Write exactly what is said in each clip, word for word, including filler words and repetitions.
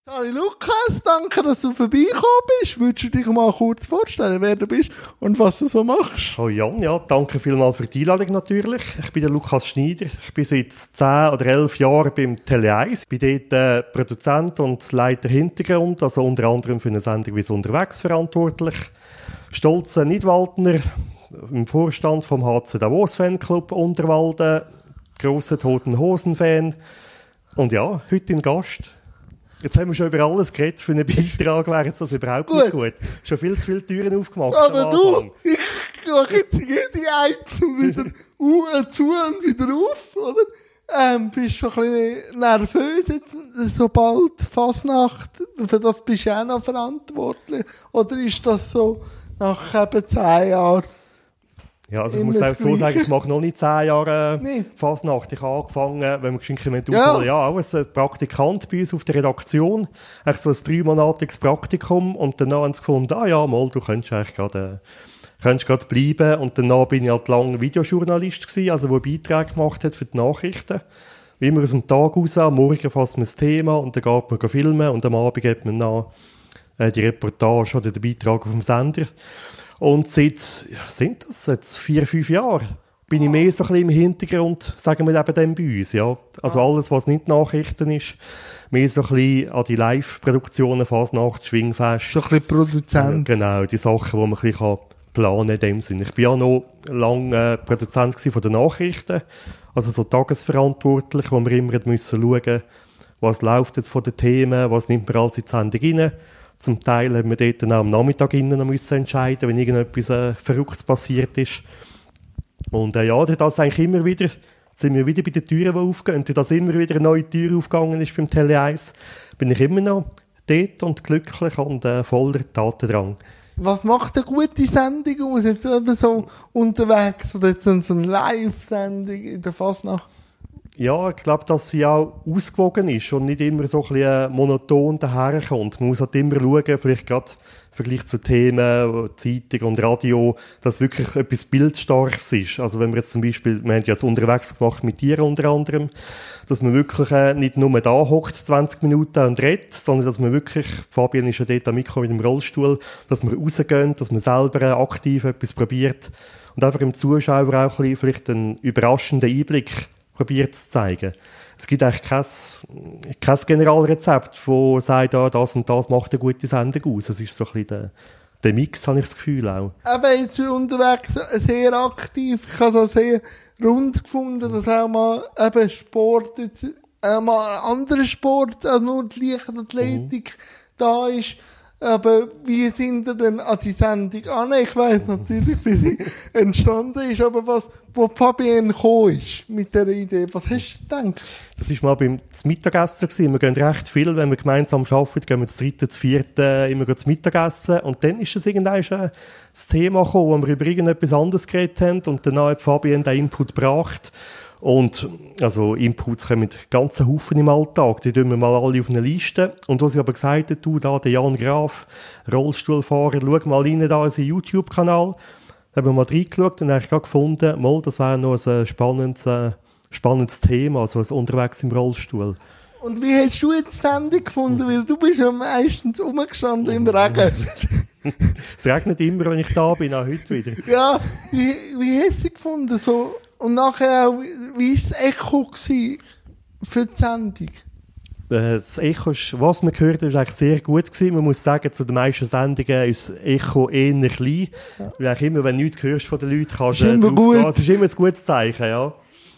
Hallo Lukas, danke, dass du vorbeigekommen bist. Würdest du dich mal kurz vorstellen, wer du bist und was du so machst? Hallo Jan, ja, danke vielmals für die Einladung natürlich. Ich bin der Lukas Schneider. Ich bin seit zehn oder elf Jahren beim Tele eins. Ich bin dort äh, Produzent und Leiter Hintergrund, also unter anderem für eine Sendung wie «So unterwegs» verantwortlich. Stolzer Nidwaldner, im Vorstand vom H C Davos Fanclub Unterwalden, grosser Toten Hosen-Fan. Und ja, heute ein Gast. Jetzt haben wir schon über alles geredet. Für einen Beitrag wäre jetzt das überhaupt gut. nicht gut. Schon viel zu viele Türen aufgemacht. Aber du, ich mache jetzt jede einzelne wieder uh, zu und wieder auf, oder? Ähm, bist du ein bisschen nervös jetzt, sobald Fasnacht, für das bist du auch noch verantwortlich? Oder ist das so nach eben zehn Jahren? Ja, also ich muss auch so sagen, ich mache noch nicht zehn Jahre äh, nee. Fasnacht. Ich habe angefangen, wenn wir geschwind ja. ja, auch als Praktikant bei uns auf der Redaktion. Eigentlich so ein dreimonatiges Praktikum. Und dann haben sie gefunden, ah ja, mal, du könntest eigentlich gerade, äh, könntest gerade bleiben. Und danach bin ich halt lange Videojournalist gewesen, also wo Beiträge gemacht hat für die Nachrichten. Wie immer aus dem Tag raus, am Morgen fasst man das Thema und dann geht man filmen und am Abend geht man dann äh, die Reportage oder den Beitrag auf dem Sender. Und seit, ja, sind das jetzt vier, fünf Jahre, bin ich mehr so ein bisschen im Hintergrund, sagen wir eben dann bei uns, ja. Also alles, was nicht Nachrichten ist, mehr so ein bisschen an die Live-Produktionen, Fasnacht, Schwingfest. So ein bisschen Produzent. Ja, genau, die Sachen, die man ein bisschen planen kann in dem Sinne. Ich war ja noch lange äh, Produzent von den Nachrichten, also so tagesverantwortlich, wo wir immer müssen schauen, was läuft jetzt von den Themen, was nimmt man alles in die Sendung rein. Zum Teil haben wir dort dann auch am Nachmittag innen müssen entscheiden, wenn irgendetwas äh, Verrücktes passiert ist. Und äh, ja, das eigentlich immer wieder, sind wir wieder bei den Türen, die aufgehen. Und dass immer wieder eine neue Tür aufgegangen ist beim Tele eins, bin ich immer noch dort und glücklich und äh, voller Tatendrang. Was macht eine gute Sendung aus? Jetzt eben so unterwegs oder jetzt so eine Live-Sendung in der Fasnacht? Ja, ich glaube, dass sie auch ausgewogen ist und nicht immer so ein bisschen monoton daherkommt. Man muss halt immer schauen, vielleicht gerade im Vergleich zu Themen, Zeitung und Radio, dass wirklich etwas Bildstarkes ist. Also wenn wir jetzt zum Beispiel, wir haben ja das unterwegs gemacht mit dir unter anderem, dass man wirklich äh, nicht nur da hockt, zwanzig Minuten und redet, sondern dass man wirklich, Fabian ist ja dort am Mikro mit dem Rollstuhl, dass man rausgehen, dass man selber äh, aktiv etwas probiert und einfach im Zuschauer auch ein bisschen vielleicht einen überraschenden Einblick probiert zu zeigen. Es gibt eigentlich kein, kein Generalrezept, das sagt, ah, das und das macht eine gute Sendung aus. Es ist so ein bisschen der, der Mix, habe ich das Gefühl auch. Eben jetzt unterwegs sehr aktiv. Ich habe es sehr rund gefunden, dass auch mal eben Sport, jetzt, auch mal ein anderer Sport als nur die Leichtathletik mhm. da ist. Aber wie sind ihr denn an die Sendung an? Ich weiss natürlich, wie sie entstanden ist, aber was, wo Fabian gekommen ist mit dieser Idee, was hast du gedacht? Das war mal beim Mittagessen gewesen. Wir gehen recht viel, wenn wir gemeinsam arbeiten, gehen wir das dritte, das vierte immer zum Mittagessen. Und dann ist das irgendwann äh, das Thema gekommen, wo wir über irgendetwas anderes geredet haben und danach hat Fabian den Input gebracht. Und, also, Inputs kommen mit ganzen Haufen im Alltag. Die tun wir mal alle auf eine Liste. Und was ich aber gesagt habe, du, da, der Jan Graf, Rollstuhlfahrer, schau mal rein, da, in seinen YouTube-Kanal. Da haben wir mal reingeschaut und eigentlich gefunden, mal, das wäre noch ein spannendes, äh, spannendes Thema, also ein Unterwegs im Rollstuhl. Und wie hast du jetzt die Sendung gefunden? Weil du bist ja meistens rumgestanden im Regen. Es regnet immer, wenn ich da bin, auch heute wieder. Ja, wie, wie hast du sie gefunden? So, und nachher auch, wie war das Echo für die Sendung? Das Echo, ist, was man gehört hat, war eigentlich sehr gut gewesen. Man muss sagen, zu den meisten Sendungen ist das Echo eher klein. Ja. Weil eigentlich immer, wenn du nichts hörst von den Leuten, kannst du äh, drauf gehen. Das ist immer ein gutes Zeichen, ja.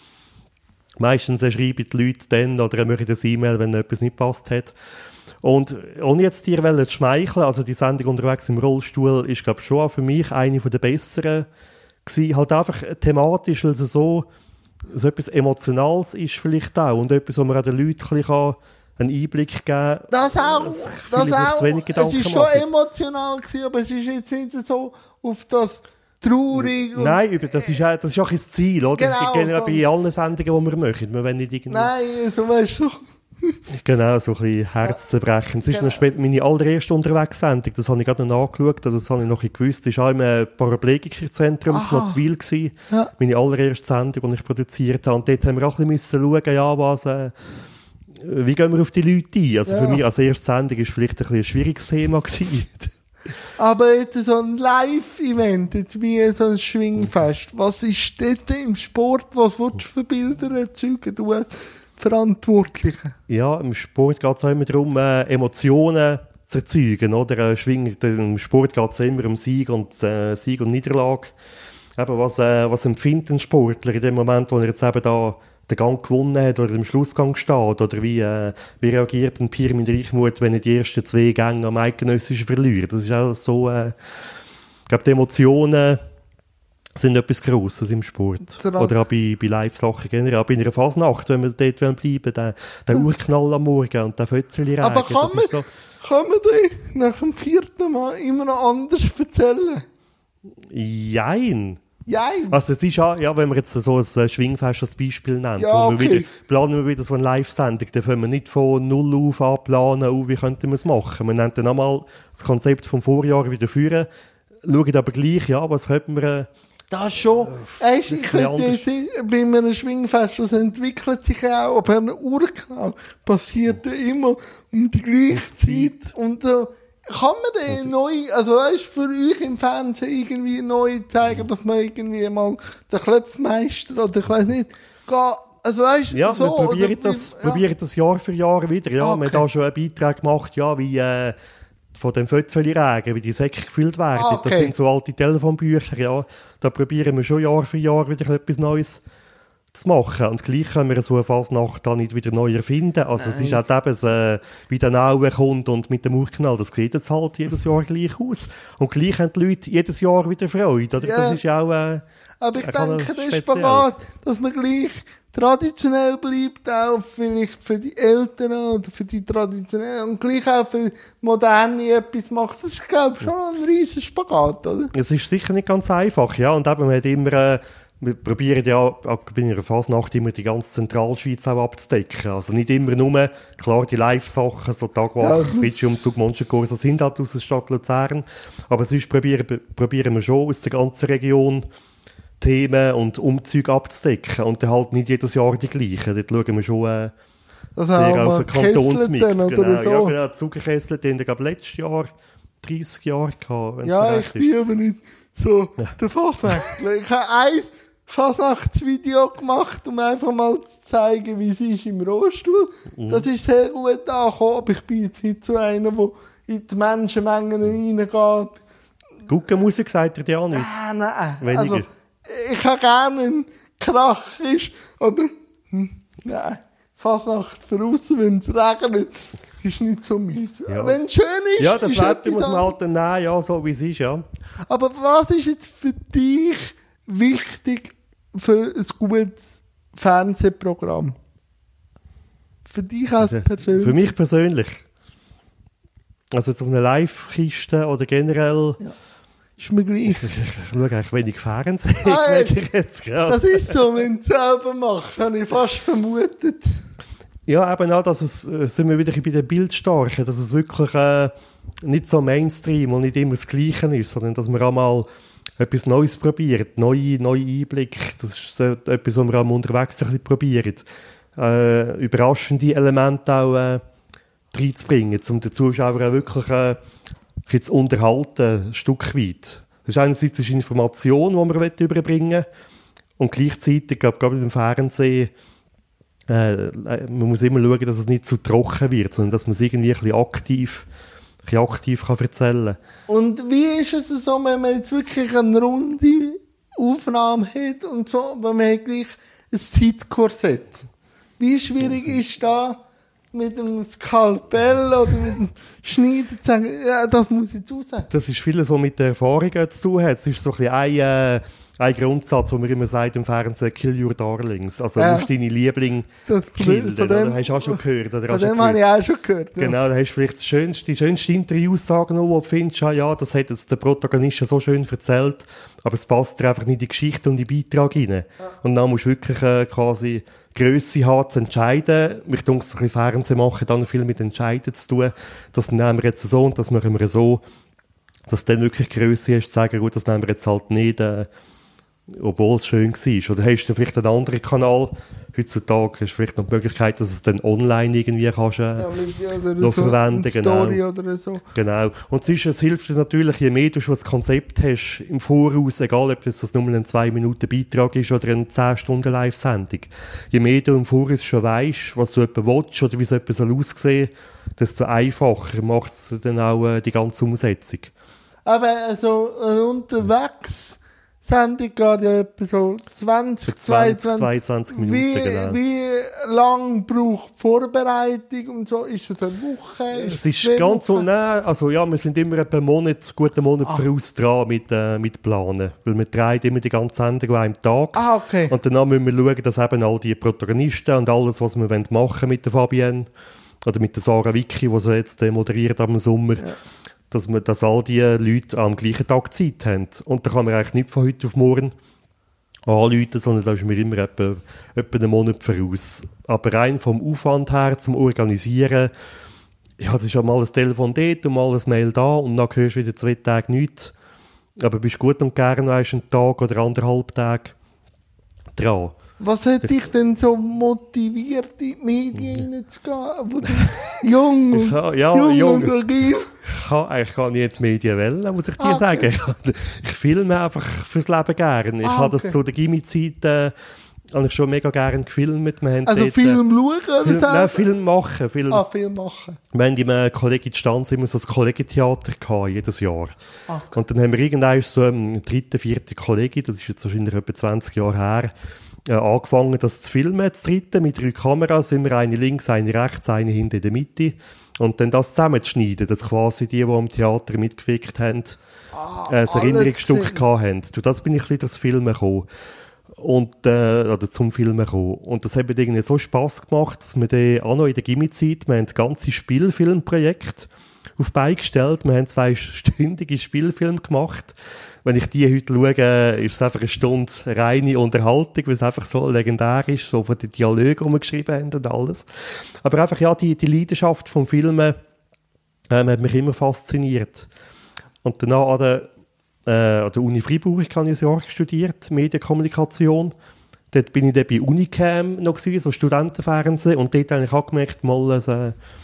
Meistens äh, schreiben die Leute dann oder machen das E-Mail, wenn etwas nicht passt hat. Und ohne jetzt dir zu schmeicheln, also die Sendung unterwegs im Rollstuhl ist, glaube ich, schon auch für mich eine der besseren gewesen. Halt einfach thematisch, weil es so, so etwas Emotionales ist vielleicht auch und etwas, wo man auch den Leuten ein bisschen einen Einblick geben kann. Das auch, das auch. Es war schon machen. Emotional gewesen, aber es ist jetzt nicht so auf das traurig. Nein, das ist auch, das ist auch ein Ziel, oder? Genau, genau so. Bei allen Sendungen, die wir machen. Wir wollen nicht irgendwie... Nein, so weißt du. Genau, so ein bisschen herzzerbrechend. Es ist genau. Spät, meine allererste Unterwegssendung, das habe ich gerade noch angeschaut, das habe ich noch nicht gewusst, das war auch im Paraplegikerzentrum in Lottwil gewesen. Ja. Meine allererste Sendung, die ich produziert habe. Und dort haben wir auch ein bisschen schauen, ja, was, äh, wie gehen wir auf die Leute ein? Also Ja. für mich als erste Sendung war vielleicht ein, bisschen ein schwieriges Thema gewesen. Aber jetzt so ein Live-Event, jetzt wie so ein Schwingfest, was ist dort im Sport, was willst du für Bilder erzeugen, du als Verantwortliche? Ja, im Sport geht es auch immer darum, äh, Emotionen zu erzeugen, oder? Äh, Schwing, Im Sport geht es immer um Sieg und, äh, Sieg und Niederlage. Eben, was, äh, was empfindet ein Sportler in dem Moment, wo er jetzt eben da den Gang gewonnen hat oder im Schlussgang steht? Oder wie, äh, wie reagiert ein Pirmin Reichmuth, wenn er die ersten zwei Gänge am Eidgenössischen verliert? Das ist auch so, äh, ich glaube, die Emotionen sind etwas Grosses im Sport. Daran- Oder auch bei, bei Live-Sachen generell. Auch bei einer Fasnacht, wenn wir dort bleiben wollen, der, der Urknall am Morgen und der Fötzeli-Regen. Aber kann das man, ist so, kann man dir nach dem vierten Mal immer noch anders erzählen? jein. Jein. Also es ist ja, ja, wenn wir jetzt so ein äh, Schwingfest als Beispiel nennen, Ja, wo wir okay. wieder, planen wir wieder so eine Live-Sendung, dann können wir nicht von null auf anplanen, oh, wie könnten wir es machen. Wir nennen dann einmal das Konzept vom Vorjahr wieder führen, schauen aber gleich, ja, was könnten wir... Äh, Das schon. Weißt, ich bisschen könnte anders. jetzt, bei einem Schwingfest, das entwickelt sich ja auch, aber ein Urknall passiert ja immer um die gleiche Zeit. Und äh, kann man den neu, also weißt, für euch im Fernsehen irgendwie neu zeigen, dass man irgendwie mal den Klopfmeister oder ich weiß nicht, geht, also weißt, Ja, so, wir probieren oder- das, ja. probieren das Jahr für Jahr wieder. Ja. Ah, Wir okay. haben da schon einen Beitrag gemacht, ja, wie äh, von dem Fötzeli-Regen, wie die Säcke gefüllt werden. Ah, okay. Das sind so alte Telefonbücher. Ja. Da probieren wir schon Jahr für Jahr wieder etwas Neues zu machen. Und gleich können wir so eine Fasnacht dann nicht wieder neu erfinden. Also es ist halt eben, äh, wie der Naue kommt und mit dem Urknall, das sieht jetzt halt jedes Jahr gleich aus. Und gleich haben die Leute jedes Jahr wieder Freude. Oder? Ja. Das ist ja auch... Äh, Aber ich Er kann denke, auch der speziell. Spagat, dass man gleich traditionell bleibt, auch vielleicht für die Eltern oder für die traditionellen und gleich auch für Moderne etwas macht. Das ist, glaube ich, schon ein riesen Spagat, oder? Es ist sicher nicht ganz einfach, ja. Und eben, man hat immer, äh, wir probieren ja auch bei einer Fasnacht immer die ganze Zentralschweiz auch abzudecken. Also nicht immer nur, klar, die Live-Sachen, so Tag Ja, acht, Fitschumzug, Monsterkurse sind halt aus der Stadt Luzern. Aber sonst probieren, probieren wir schon aus der ganzen Region Themen und Umzüge abzudecken. Und dann halt nicht jedes Jahr die gleichen. Dort schauen wir schon äh, Das sehr haben auf wir den Kantonsmix. Kesselten Genau, oder so. ja, genau. Zugerkessel, den haben wir letztes Jahr dreißig Jahre gehabt, wenn es Ja, mir ich recht ist. bin aber nicht so der Fasnachtler. Ich habe ein Fasnachtsvideo gemacht, um einfach mal zu zeigen, wie es ist im Rollstuhl. Das ist sehr gut angekommen, aber ich bin jetzt nicht so einer, der in die Menschenmengen reingeht. Guggenmusik sagt er dir auch nicht. Ah, nein. Weniger. Also, ich habe gerne einen Krach, ist, aber hm, nein. Fasnacht voraus, wenn es regnet, ist nicht so mies. Ja. Wenn es schön ist, Ja, das ist Wetter etwas muss man anderes. halt dann nehmen, ja, so wie es ist, ja. Aber was ist jetzt für dich wichtig für ein gutes Fernsehprogramm? Für dich als Person? Für mich persönlich. Also jetzt auf einer Live-Kiste oder generell, Ist mir gleich. ich schaue eigentlich wenig Fernsehen, Ah, merke ich jetzt gerade. Das ist so, wenn du es selber machst, habe ich fast vermutet. Ja, eben auch, dass es, äh, sind wir wieder bei den Bildstarken, dass es wirklich äh, nicht so Mainstream und nicht immer das Gleiche ist, sondern dass man auch mal etwas Neues probiert, neue, neue Einblicke. Das ist äh, etwas, was wir auch unterwegs ein bisschen probieren. Äh, überraschende Elemente auch äh, reinzubringen, um den Zuschauer auch wirklich äh, ein bisschen zu unterhalten, ein Stück weit. Das ist einerseits die Information, die man überbringen will, und gleichzeitig, glaube gerade im Fernsehen, Äh, man muss immer schauen, dass es nicht zu trocken wird, sondern dass man es irgendwie ein bisschen aktiv, ein bisschen aktiv kann erzählen kann. Und wie ist es so, wenn man jetzt wirklich eine runde Aufnahme hat und so, aber man hat gleich ein Zeitkorsett? Wie schwierig ist da mit dem Skalpell oder mit dem Schneiden zu sagen, ja, das muss ich jetzt sagen. Das ist vieles, was mit der Erfahrung zu tun hat. Es ist so ein bisschen ein, äh, ein Grundsatz, den man immer sagt im Fernsehen, «Kill your darlings». Also Ja. du musst deine Liebling Das- killen. von Oder? dem- Hast du auch schon gehört? Oder Von hast du dem habe ich gewusst? auch schon gehört. Ja. Genau, da hast du vielleicht das schönste, die schönste Interviewaussage noch, wo du findest, ah, ja, das hat jetzt der Protagonist so schön erzählt, aber es passt dir einfach nicht in die Geschichte und in den Beitrag rein. Und dann musst du wirklich äh, quasi Grösse haben, zu entscheiden. Mich denke, so ein bisschen Fernsehen machen, dann viel mit Entscheiden zu tun. Das nehmen wir jetzt so und das machen wir so, dass dann wirklich Grösse hast, zu sagen, gut, das nehmen wir jetzt halt nicht, äh, obwohl es schön war. Oder hast du vielleicht einen anderen Kanal? Heutzutage hast du vielleicht noch die Möglichkeit, dass es dann online irgendwie kannst, äh, Ja, mit, oder noch so verwenden eine genau. Story oder so. Genau. Und sonst, es hilft dir natürlich, je mehr du schon ein Konzept hast im Voraus, egal ob das nur ein zwei Minuten Beitrag ist oder eine zehn Stunden Live-Sendung, je mehr du im Voraus schon weißt, was du etwa willst oder wie es etwa soll aussehen, desto einfacher macht es dann auch äh, die ganze Umsetzung. Aber also eine unterwegs Sendung geht ja etwa so zwanzig, zweiundzwanzig, zweiundzwanzig Minuten, wie, genau. Wie lang braucht die Vorbereitung und so? Ist das eine Woche? Ist Es ist zwei ganz so, Wochen? nein, also ja, wir sind immer etwa einen Monat, guten Monat Ah. voraus dran mit, äh, mit Planen, weil wir drehen immer die ganze Sendung an einem Tag. Ah, okay. Und danach müssen wir schauen, dass eben all die Protagonisten und alles, was wir machen wollen mit der Fabienne oder mit der Sarah Vicky, die sie jetzt äh, moderiert am Sommer, Ja. dass, wir, dass all die Leute am gleichen Tag Zeit haben. Und da kann man eigentlich nicht von heute auf morgen anrufen, sondern da ist mir immer etwa, etwa einen Monat voraus. Aber rein vom Aufwand her, zum Organisieren, ja, das ist ja mal ein Telefon dort und mal ein Mail da und dann hörst du wieder zwei Tage nichts. Aber bist gut und gerne noch einen Tag oder anderthalb Tage dran. Was hat dich denn so motiviert, in die Medien reinzugehen? Wo du jung und, Ja, ja, jung jung. und agil. Ich kann eigentlich gar nicht die Medien wählen, muss ich dir Ah, okay. sagen. Ich filme einfach fürs Leben gerne. Ich Ah, habe das okay. zu der Gimmi-Zeit äh, habe ich schon mega gerne gefilmt. Wir haben Also dort, Film schauen oder Film, selber? nein, Film machen. Film. Ah, Film machen. Wir haben im Kollegium Stanz immer so ein Kollegientheater gehabt, jedes Jahr. Ah, Und dann haben wir irgendwann so im dritten, vierten Kollegium, das ist jetzt wahrscheinlich etwa zwanzig Jahre her, äh, angefangen, das zu filmen, das dritte, mit drei Kameras, immer eine links, eine rechts, eine hinten in der Mitte. Und dann das zusammenzuschneiden, dass quasi die, die am Theater mitgefickt haben, ah, äh, ein alles Erinnerungsstück gesehen. gehabt haben. Durch das bin ich ein bisschen durchs Filmen gekommen. Und, äh, oder zum Filmen gekommen. Und das hat mir irgendwie so Spass gemacht, dass wir dann auch noch in der Gimmi-Zeit, wir haben das ganze Spielfilmprojekt auf die Beine gestellt. Wir haben zwei stündige Spielfilme gemacht. Wenn ich die heute schaue, ist es einfach eine Stunde reine Unterhaltung, weil es einfach so legendär ist, so von den Dialogen, die wir geschrieben haben und alles. Aber einfach, ja, die, die Leidenschaft vom Filmen ähm, hat mich immer fasziniert. Und danach an der, äh, an der Uni Freiburg habe ich ein Jahr studiert, Medienkommunikation. Dort bin ich dann bei Unicam noch gewesen, so Studentenfernsehen, und dort habe ich auch gemerkt, mal, also,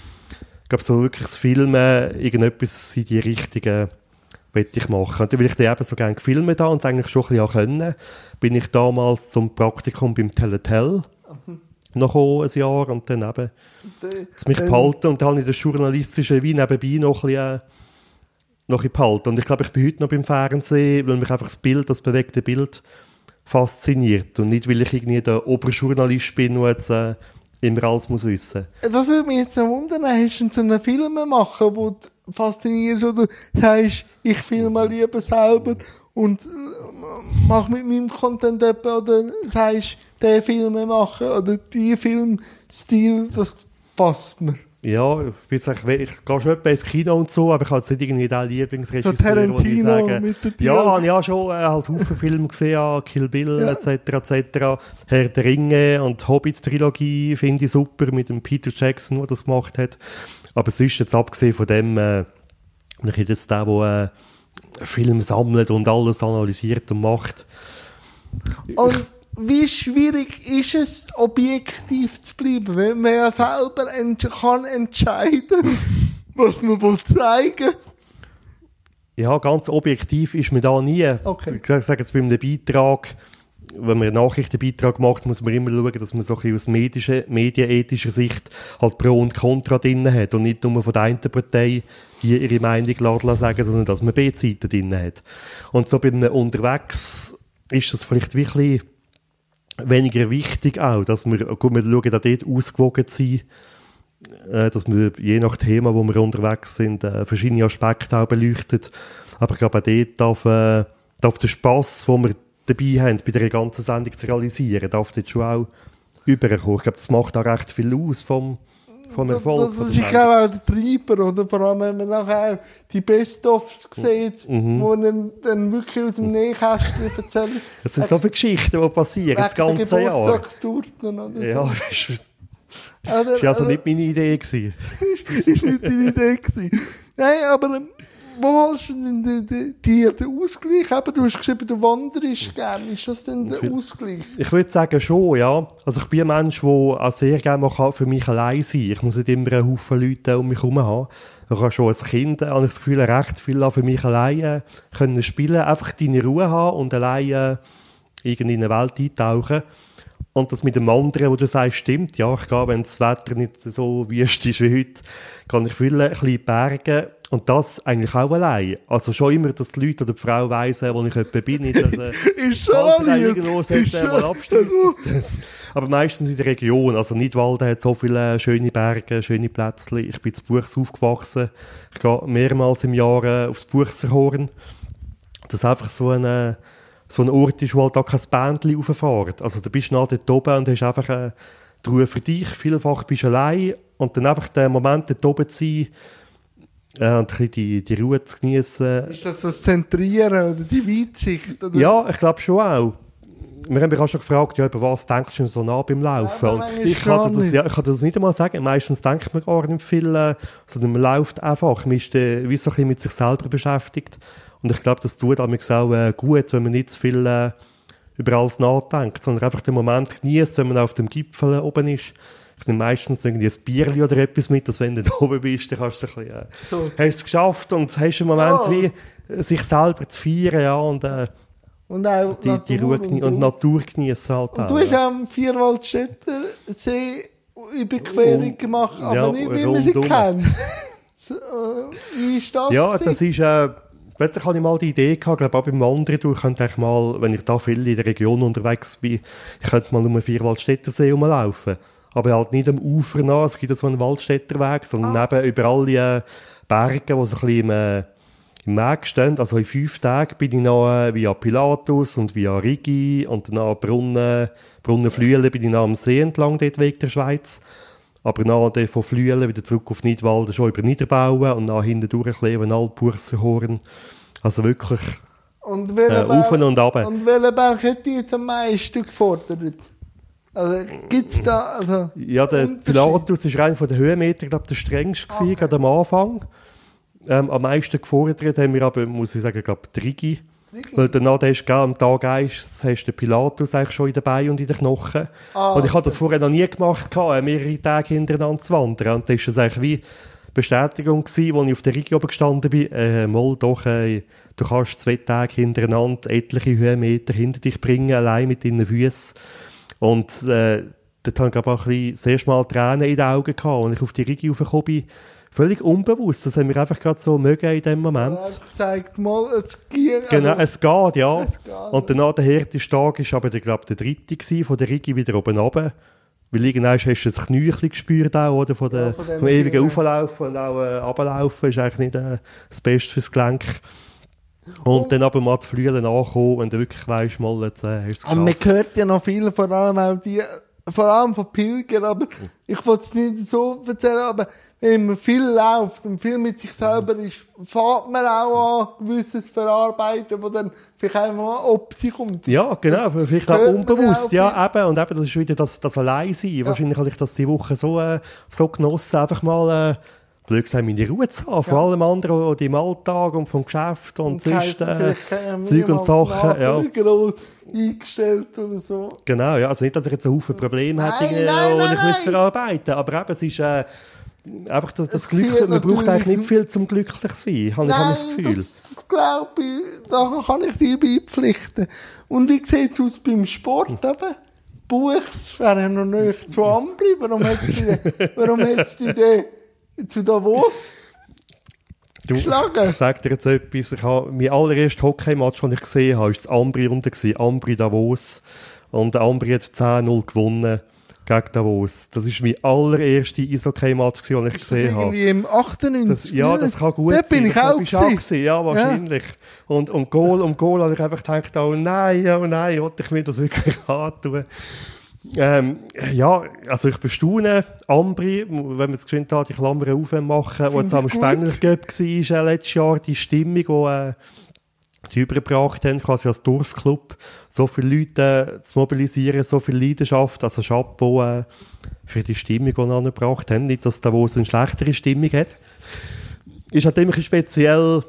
ich glaube, so wirklich das Filmen, irgendetwas in die Richtung äh, wollte ich machen. Und dann, weil ich dann eben so gerne gefilmt habe und es eigentlich schon ein bisschen auch können, bin ich damals zum Praktikum beim Teletel Mhm. noch gekommen, ein Jahr, und dann eben das mich Ähm, behalten, und dann habe ich das Journalistische wie nebenbei noch ein bisschen, äh, noch ein bisschen behalten. Und ich glaube, ich bin heute noch beim Fernsehen, weil mich einfach das Bild, das bewegte Bild fasziniert. Und nicht, weil ich irgendwie der Oberjournalist bin, der jetzt äh, immer alles muss wissen. Das würde mich jetzt noch wundern, hast du so einen Film machen, wo du faszinierst oder sagst, ich filme lieber selber und äh, mach mit meinem Content etwas, oder sagst, den Film machen oder die Filmstil, das passt mir. Ja, ich, bin jetzt eigentlich, ich gehe schon etwa ins Kino und so, aber ich habe jetzt nicht irgendwie den Lieblingsregisseur, So Tarantino wo ich sage, mit der ja, Dialog. habe ich auch schon äh, halt Haufen Filme gesehen, ja, Kill Bill Ja. et cetera et cetera. Herr der Ringe und Hobbit-Trilogie finde ich super, mit dem Peter Jackson, der das gemacht hat. Aber sonst jetzt abgesehen von dem, äh, bin ich jetzt der, der äh, Film sammelt und alles analysiert und macht. Und wie schwierig ist es, objektiv zu bleiben, wenn man ja selber ent- kann entscheiden, was man will zeigen. Ja, ganz objektiv ist man da nie. Okay. Ich sage jetzt bei einem Beitrag, wenn man einen Nachrichtenbeitrag macht, muss man immer schauen, dass man so ein bisschen aus medische, medienethischer Sicht halt Pro und Contra drin hat und nicht nur von der einen Partei die ihre Meinung lassen, sagen, sondern dass man B-Seiten drin hat. Und so bei einem Unterwegs ist das vielleicht wirklich weniger wichtig auch, dass wir, gut, wir schauen da dort ausgewogen zu sein, äh, dass wir je nach Thema, wo wir unterwegs sind, äh, verschiedene Aspekte auch beleuchtet. Aber ich glaube, auch dort darf, äh, darf der Spass, den wir dabei haben, bei der ganzen Sendung zu realisieren, darf dort schon auch überkommen. Ich glaube, das macht auch recht viel aus vom, vom Erfolg. Das, von das der ist Sendung. auch der Treiber, oder? Vor allem, wenn man nachher auch die Best-ofs sieht, Mhm. wo dann, dann wirklich aus dem Nähkästchen erzählen. Es sind so viele Geschichten, die passieren, das Wegen der ganze Jahr. Geburtstagstorten oder Ja, so. das ist Oder, das war also oder- nicht meine Idee gewesen. ist nicht deine Idee gewesen. Nein, aber ähm, wo holst du denn dir den Ausgleich? Eben, du hast geschrieben, du wanderst gerne. Ist das denn der Ausgleich? Ich würde sagen schon, ja. Also ich bin ein Mensch, der auch sehr gerne mal für mich allein sein kann. Ich muss nicht immer einen Haufen Leute um mich herum haben. Ich habe schon als Kind, habe ich das Gefühl, recht viel für mich alleine können spielen, einfach deine Ruhe haben und alleine irgendwie in eine Welt eintauchen. Und das mit dem anderen, wo du sagst, stimmt, ja, ich gehe, wenn das Wetter nicht so wüst ist wie heute, kann ich viel ein bisschen bergen. Und das eigentlich auch allein. Also schon immer, dass die Leute oder die Frau weiss, wo ich jemand bin. Nicht, dass, äh, ist schon irgendwo sollte mal abstürzen. Aber meistens in der Region. Also Nidwalden hat so viele schöne Berge, schöne Plätzchen. Ich bin zu Buchs aufgewachsen. Ich gehe mehrmals im Jahr äh, aufs Buchserhorn. Das einfach so ein, so ein Ort ist, wo halt auch kein Bändchen rauffährt. Also du bist nah dort oben und hast einfach äh, die Ruhe für dich. Vielfach bist du allein. Und dann einfach den Moment dort oben zu sein, Äh, und ein bisschen die, die Ruhe zu genießen. Ist das das Zentrieren oder die Weitsicht? Oder? Ja, ich glaube schon auch. Wir haben mich auch schon gefragt, ja, über was denkst du so nah beim Laufen? Ja, und ich, kann das, ja, ich kann das nicht einmal sagen. Meistens denkt man gar nicht viel, äh, sondern man läuft einfach. Man ist äh, wie so ein bisschen mit sich selber beschäftigt. Und ich glaube, das tut einem auch äh, gut, wenn man nicht zu viel äh, über alles nachdenkt, sondern einfach den Moment genießt, wenn man auf dem Gipfel oben ist. Ich nehme meistens irgendwie ein Bierchen oder etwas mit, dass wenn du da oben bist, dann kannst du ein bisschen, äh, so. Hast es geschafft und hast einen Moment ja. wie sich selber zu feiern, ja, und, äh, und auch die, Natur die Ruhe und, und Natur genießen halt und auch. du hast ja. am Vierwaldstätter See Überquerung und, gemacht, aber ja, nicht, wie man sie kennt. So, äh, wie ist das Ja, gewesen? das ist, äh, plötzlich hatte ich mal die Idee gehabt, glaube auch beim Wandern, du könnte ich mal, wenn ich da viel in der Region unterwegs bin, ich könnte mal um den Vierwaldstätter See rumlaufen. Aber halt nicht am Ufer nach, es gibt so einen Waldstätterweg, sondern ah. eben über alle äh, Berge, die so ein bisschen im, äh, im Weg stehen. Also in fünf Tagen bin ich noch äh, via Pilatus und via Rigi und dann Brunnen, Brunnenflüelen bin ich noch am See entlang, dort wegen der Schweiz. Aber dann von Flüelen wieder zurück auf Nidwalden, schon über Niederbauen und dann hinten durch Klevenal, Buchserhorn. Also wirklich und äh, rauf und runter. Und welcher Berg hat dich jetzt am meisten gefordert? Also, gibt's da, also, ja, der Pilatus war einer der Höhenmeter, ich glaube, der strengste okay. gerade am Anfang. Ähm, am meisten gefordert haben wir aber, muss ich sagen, glaube die Rigi. Weil danach, der ist, am Tag eins, hast du den Pilatus eigentlich schon in den Beinen und in den Knochen. Ah, und ich habe das vorher noch nie gemacht, mehrere Tage hintereinander zu wandern. Und das war das eigentlich wie Bestätigung gewesen, als ich auf der Rigi oben gestanden bin. Äh, mal doch, äh, du kannst zwei Tage hintereinander etliche Höhenmeter hinter dich bringen, allein mit deinen Füßen. Und äh, dort habe ich auch ein bisschen, das erste Mal Tränen in den Augen gehabt, als ich auf die Rigi raufgekommen bin. Völlig unbewusst, das haben wir einfach gerade so mögen in dem Moment. Ja, zeigt mal, es geht. Genau, also, es geht, ja. Es geht, und danach der härteste Tag war aber, der, glaube ich, der dritte gewesen, von der Rigi wieder oben runter. Weil irgendwann hast du das Knie gespürt auch, oder? Von der, ja, von vom ewigen Auflaufen und auch äh, Runterlaufen ist eigentlich nicht äh, das Beste fürs Gelenk. Und, und dann aber mal zu Flüelen ankommen, wenn du wirklich weisst, mal, jetzt äh, hast du es geschafft. Und man hört ja noch viel, vor allem auch die, vor allem von Pilgern, aber ich wollte es nicht so erzählen, aber wenn man viel läuft und viel mit sich selber ist, fährt man auch an gewisses Verarbeiten, wo dann vielleicht einfach mal ob sich kommt. Ja, genau, das vielleicht auch unbewusst, ja, eben, und eben, das ist wieder das, das Alleinsein. Ja. Wahrscheinlich habe ich das die Woche so, äh, so genossen, einfach mal, äh, blöd gesagt, meine Ruhe zu haben, ja. Vor allem anderen und im Alltag und vom Geschäft und, und sonst äh, Zeug und Sachen. Ja. Eingestellt oder so. Genau, ja, also nicht, dass ich jetzt einen Haufen Probleme hätte, die ich muss verarbeiten, aber eben, es ist äh, einfach das, das Glück, man braucht eigentlich nicht viel zum glücklich sein, habe ich das Gefühl. Das, das glaube ich, da kann ich dir beipflichten. Und wie sieht es aus beim Sport eben? Buchs wäre noch nicht zu Ambri, warum hättest du den zu Davos du, geschlagen? Ich sage dir jetzt etwas. Ich habe, mein allererster Hockey-Match, den ich gesehen habe, war das Ambri-Runde, Ambri Davos. Und Ambri hat zehn null gewonnen gegen Davos. Das war mein allererster Eishockey-Match, den ich ist gesehen habe. Irgendwie im achtundneunzig? Das, ja, das kann gut Dort sein. bin ich das auch gewesen. auch gewesen. Ja, wahrscheinlich. Ja. Und um Goal, um Goal habe ich einfach gedacht, oh nein, oh nein, wollte ich mir das wirklich antun. Ähm, ja, also ich bestaune Ambri, wenn man es geschwind hat, die Klammer aufmachen, wo jetzt am Spengler Cup war äh, letztes Jahr, die Stimmung, die äh, die übergebracht haben, quasi als Dorfclub, so viele Leute äh, zu mobilisieren, so viel Leidenschaft, also Chapeau äh, für die Stimmung, die sie angebracht haben. Nicht, dass Davos eine schlechtere Stimmung hat. Ist halt immer speziell,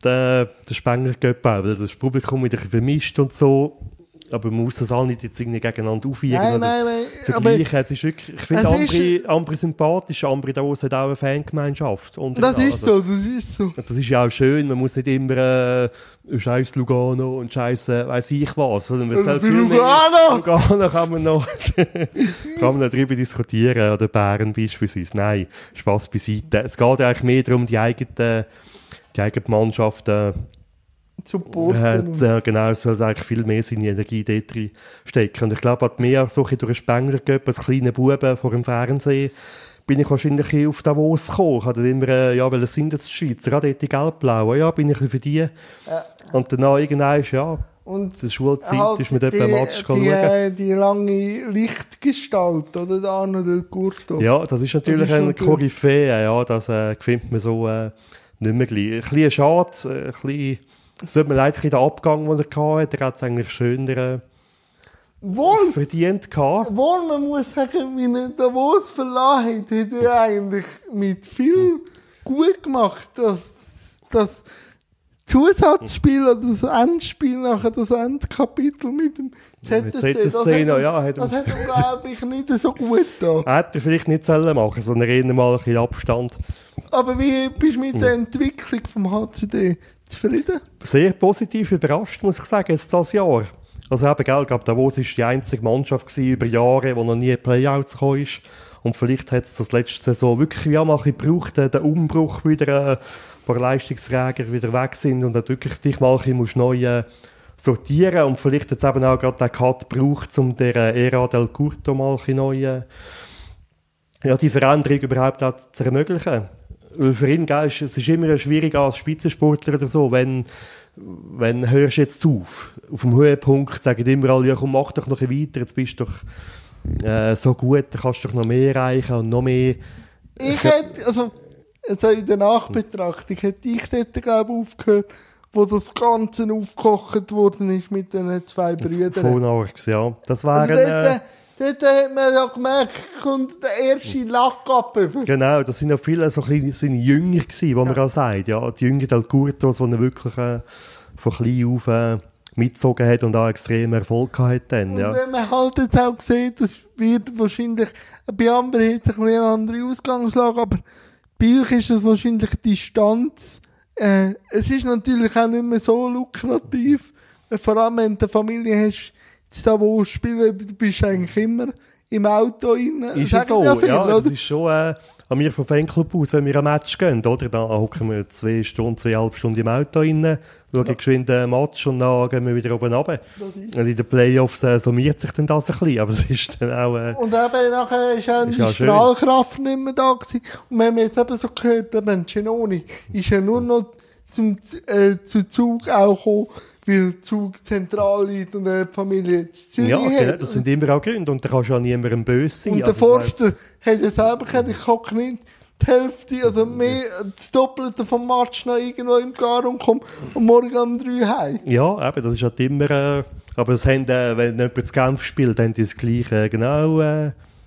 der, der Spengler Cup auch, weil das Publikum wieder vermischt und so. Aber man muss das auch nicht jetzt irgendwie gegeneinander aufwiegen. Nein, nein, nein. Vergleichen. Es ist wirklich, ich finde Ambri, Ambri sympathisch. Ambri Davos hat auch eine Fangemeinschaft. Das ist also, so, das ist so. Das ist ja auch schön. Man muss nicht immer äh, scheiß Lugano und scheiß äh, weiss ich was. Sondern man Also viel Lugano! Lugano kann man noch kann man noch darüber diskutieren. Oder Bären beispielsweise. Nein, Spass beiseite. Es geht eigentlich mehr darum, die eigene, die eigene Mannschaft äh, supporten. Äh, genau, es soll eigentlich viel mehr seine Energie dort rein stecken. Und ich glaube, hat mehr so durch einen Spengler gegeben, als kleiner Bube vor dem Fernsehen, bin ich wahrscheinlich auf Davos gekommen. Ich hatte immer, äh, ja, welche sind das die Schweizer? Gerade dort die Gelb-Blauen, ja, bin ich für die. Ja. Und danach irgendwann, ja, und zur Schulzeit halt ist mit etwa Match die, schauen. Die lange Lichtgestalt, oder? Der Arno Del Curto. Ja, das ist natürlich das ist ein Koryphäe, ja, das äh, findet man so äh, nicht mehr gleich. Ein bisschen schade, ein bisschen. Es tut mir leid, der Abgang, den er hatte, der hat es eigentlich schöner äh, wohl, verdient gehabt. Wohl, man muss sagen, wie er Davos verlassen hat, hat er eigentlich mit viel gut gemacht, dass das Zusatzspiel oder das Endspiel, nachher das Endkapitel mit dem Z S C, das, hat, ja, hat das hat er, glaube ich, nicht so gut getan. Hätte er vielleicht nicht sollen machen, sondern eher mal ein bisschen Abstand. Aber wie bist du mit der Entwicklung vom H C D zufrieden? Sehr positiv überrascht, muss ich sagen, jetzt das Jahr. Also eben, gell, ich glaube, Davos war die einzige Mannschaft gewesen, über Jahre, wo noch nie Playouts gekommen ist. Und vielleicht hat es das letzte Saison wirklich ja, mal ein bisschen gebraucht, den Umbruch wieder, ein paar Leistungsträger wieder weg sind und dann wirklich dich mal ein bisschen musst neu äh, sortieren. Und vielleicht hat es eben auch gerade den Cut gebraucht, um der äh, Ära Del Curto mal ein bisschen neu, äh, ja, die Veränderung überhaupt auch zu ermöglichen. Weil für ihn, gell, ist, es ist immer schwierig als Spitzensportler oder so, wenn, wenn hörst du jetzt auf. Auf dem Höhepunkt sagen immer alle, ja komm, mach doch noch ein bisschen weiter, jetzt bist du doch äh, so gut, dann kannst du doch noch mehr erreichen und noch mehr. Ich hätte, also, also in der Nachbetrachtung, hätte ich dort, glaube ich, aufgehört, wo das Ganze aufgekocht worden ist mit den zwei Brüdern. Von Arx, ja. Das wären... Also dort, äh, Dort hat man ja gemerkt, kommt der erste Lack ab. Genau, das sind ja viele so kleine, seine Jünger gewesen, die man ja. auch sagt. Ja, die Jünger Del Curto, die er wirklich äh, von klein auf äh, mitgezogen hat und auch extrem Erfolg hatte. Dann, ja. Und wenn man halt jetzt auch sieht, das wird wahrscheinlich, bei anderen hat es ein eine andere Ausgangslage, aber bei euch ist es wahrscheinlich Distanz. Äh, es ist natürlich auch nicht mehr so lukrativ, vor allem wenn du eine Familie hast, da wo spielen, du bist eigentlich immer im Auto rein. Ist ja so, ja, viel, ja das ist schon äh, an mir vom Fanclub aus, wenn wir ein Match gehen, oder? Dann hocken wir zwei Stunden, zweieinhalb Stunden im Auto rein, schauen ja. geschwind ein Match und dann gehen wir wieder oben runter. Und in den Playoffs äh, summiert sich dann das ein bisschen, aber das ist dann auch... Äh, und eben nachher ist auch die Strahlkraft schön. Nicht mehr da gewesen. Und wir haben jetzt eben so gehört, der Genoni ist ja nur noch zum, äh, zu Zug auch gekommen, weil Zug zentral liegt und eine Familie in Zürich ja, okay, hat. Das sind immer auch Gründe und da kannst du ja niemandem böse sein. Und also der Forster hat ja selber gesagt, ich kann nicht die Hälfte, also mehr, das Doppelte vom Match noch irgendwo im Gar und komme am Morgen um drei heim. Ja, eben, das ist halt immer, äh, aber das haben, äh, wenn jemand zu Genf spielt, dann haben die das Gleiche, genau, äh,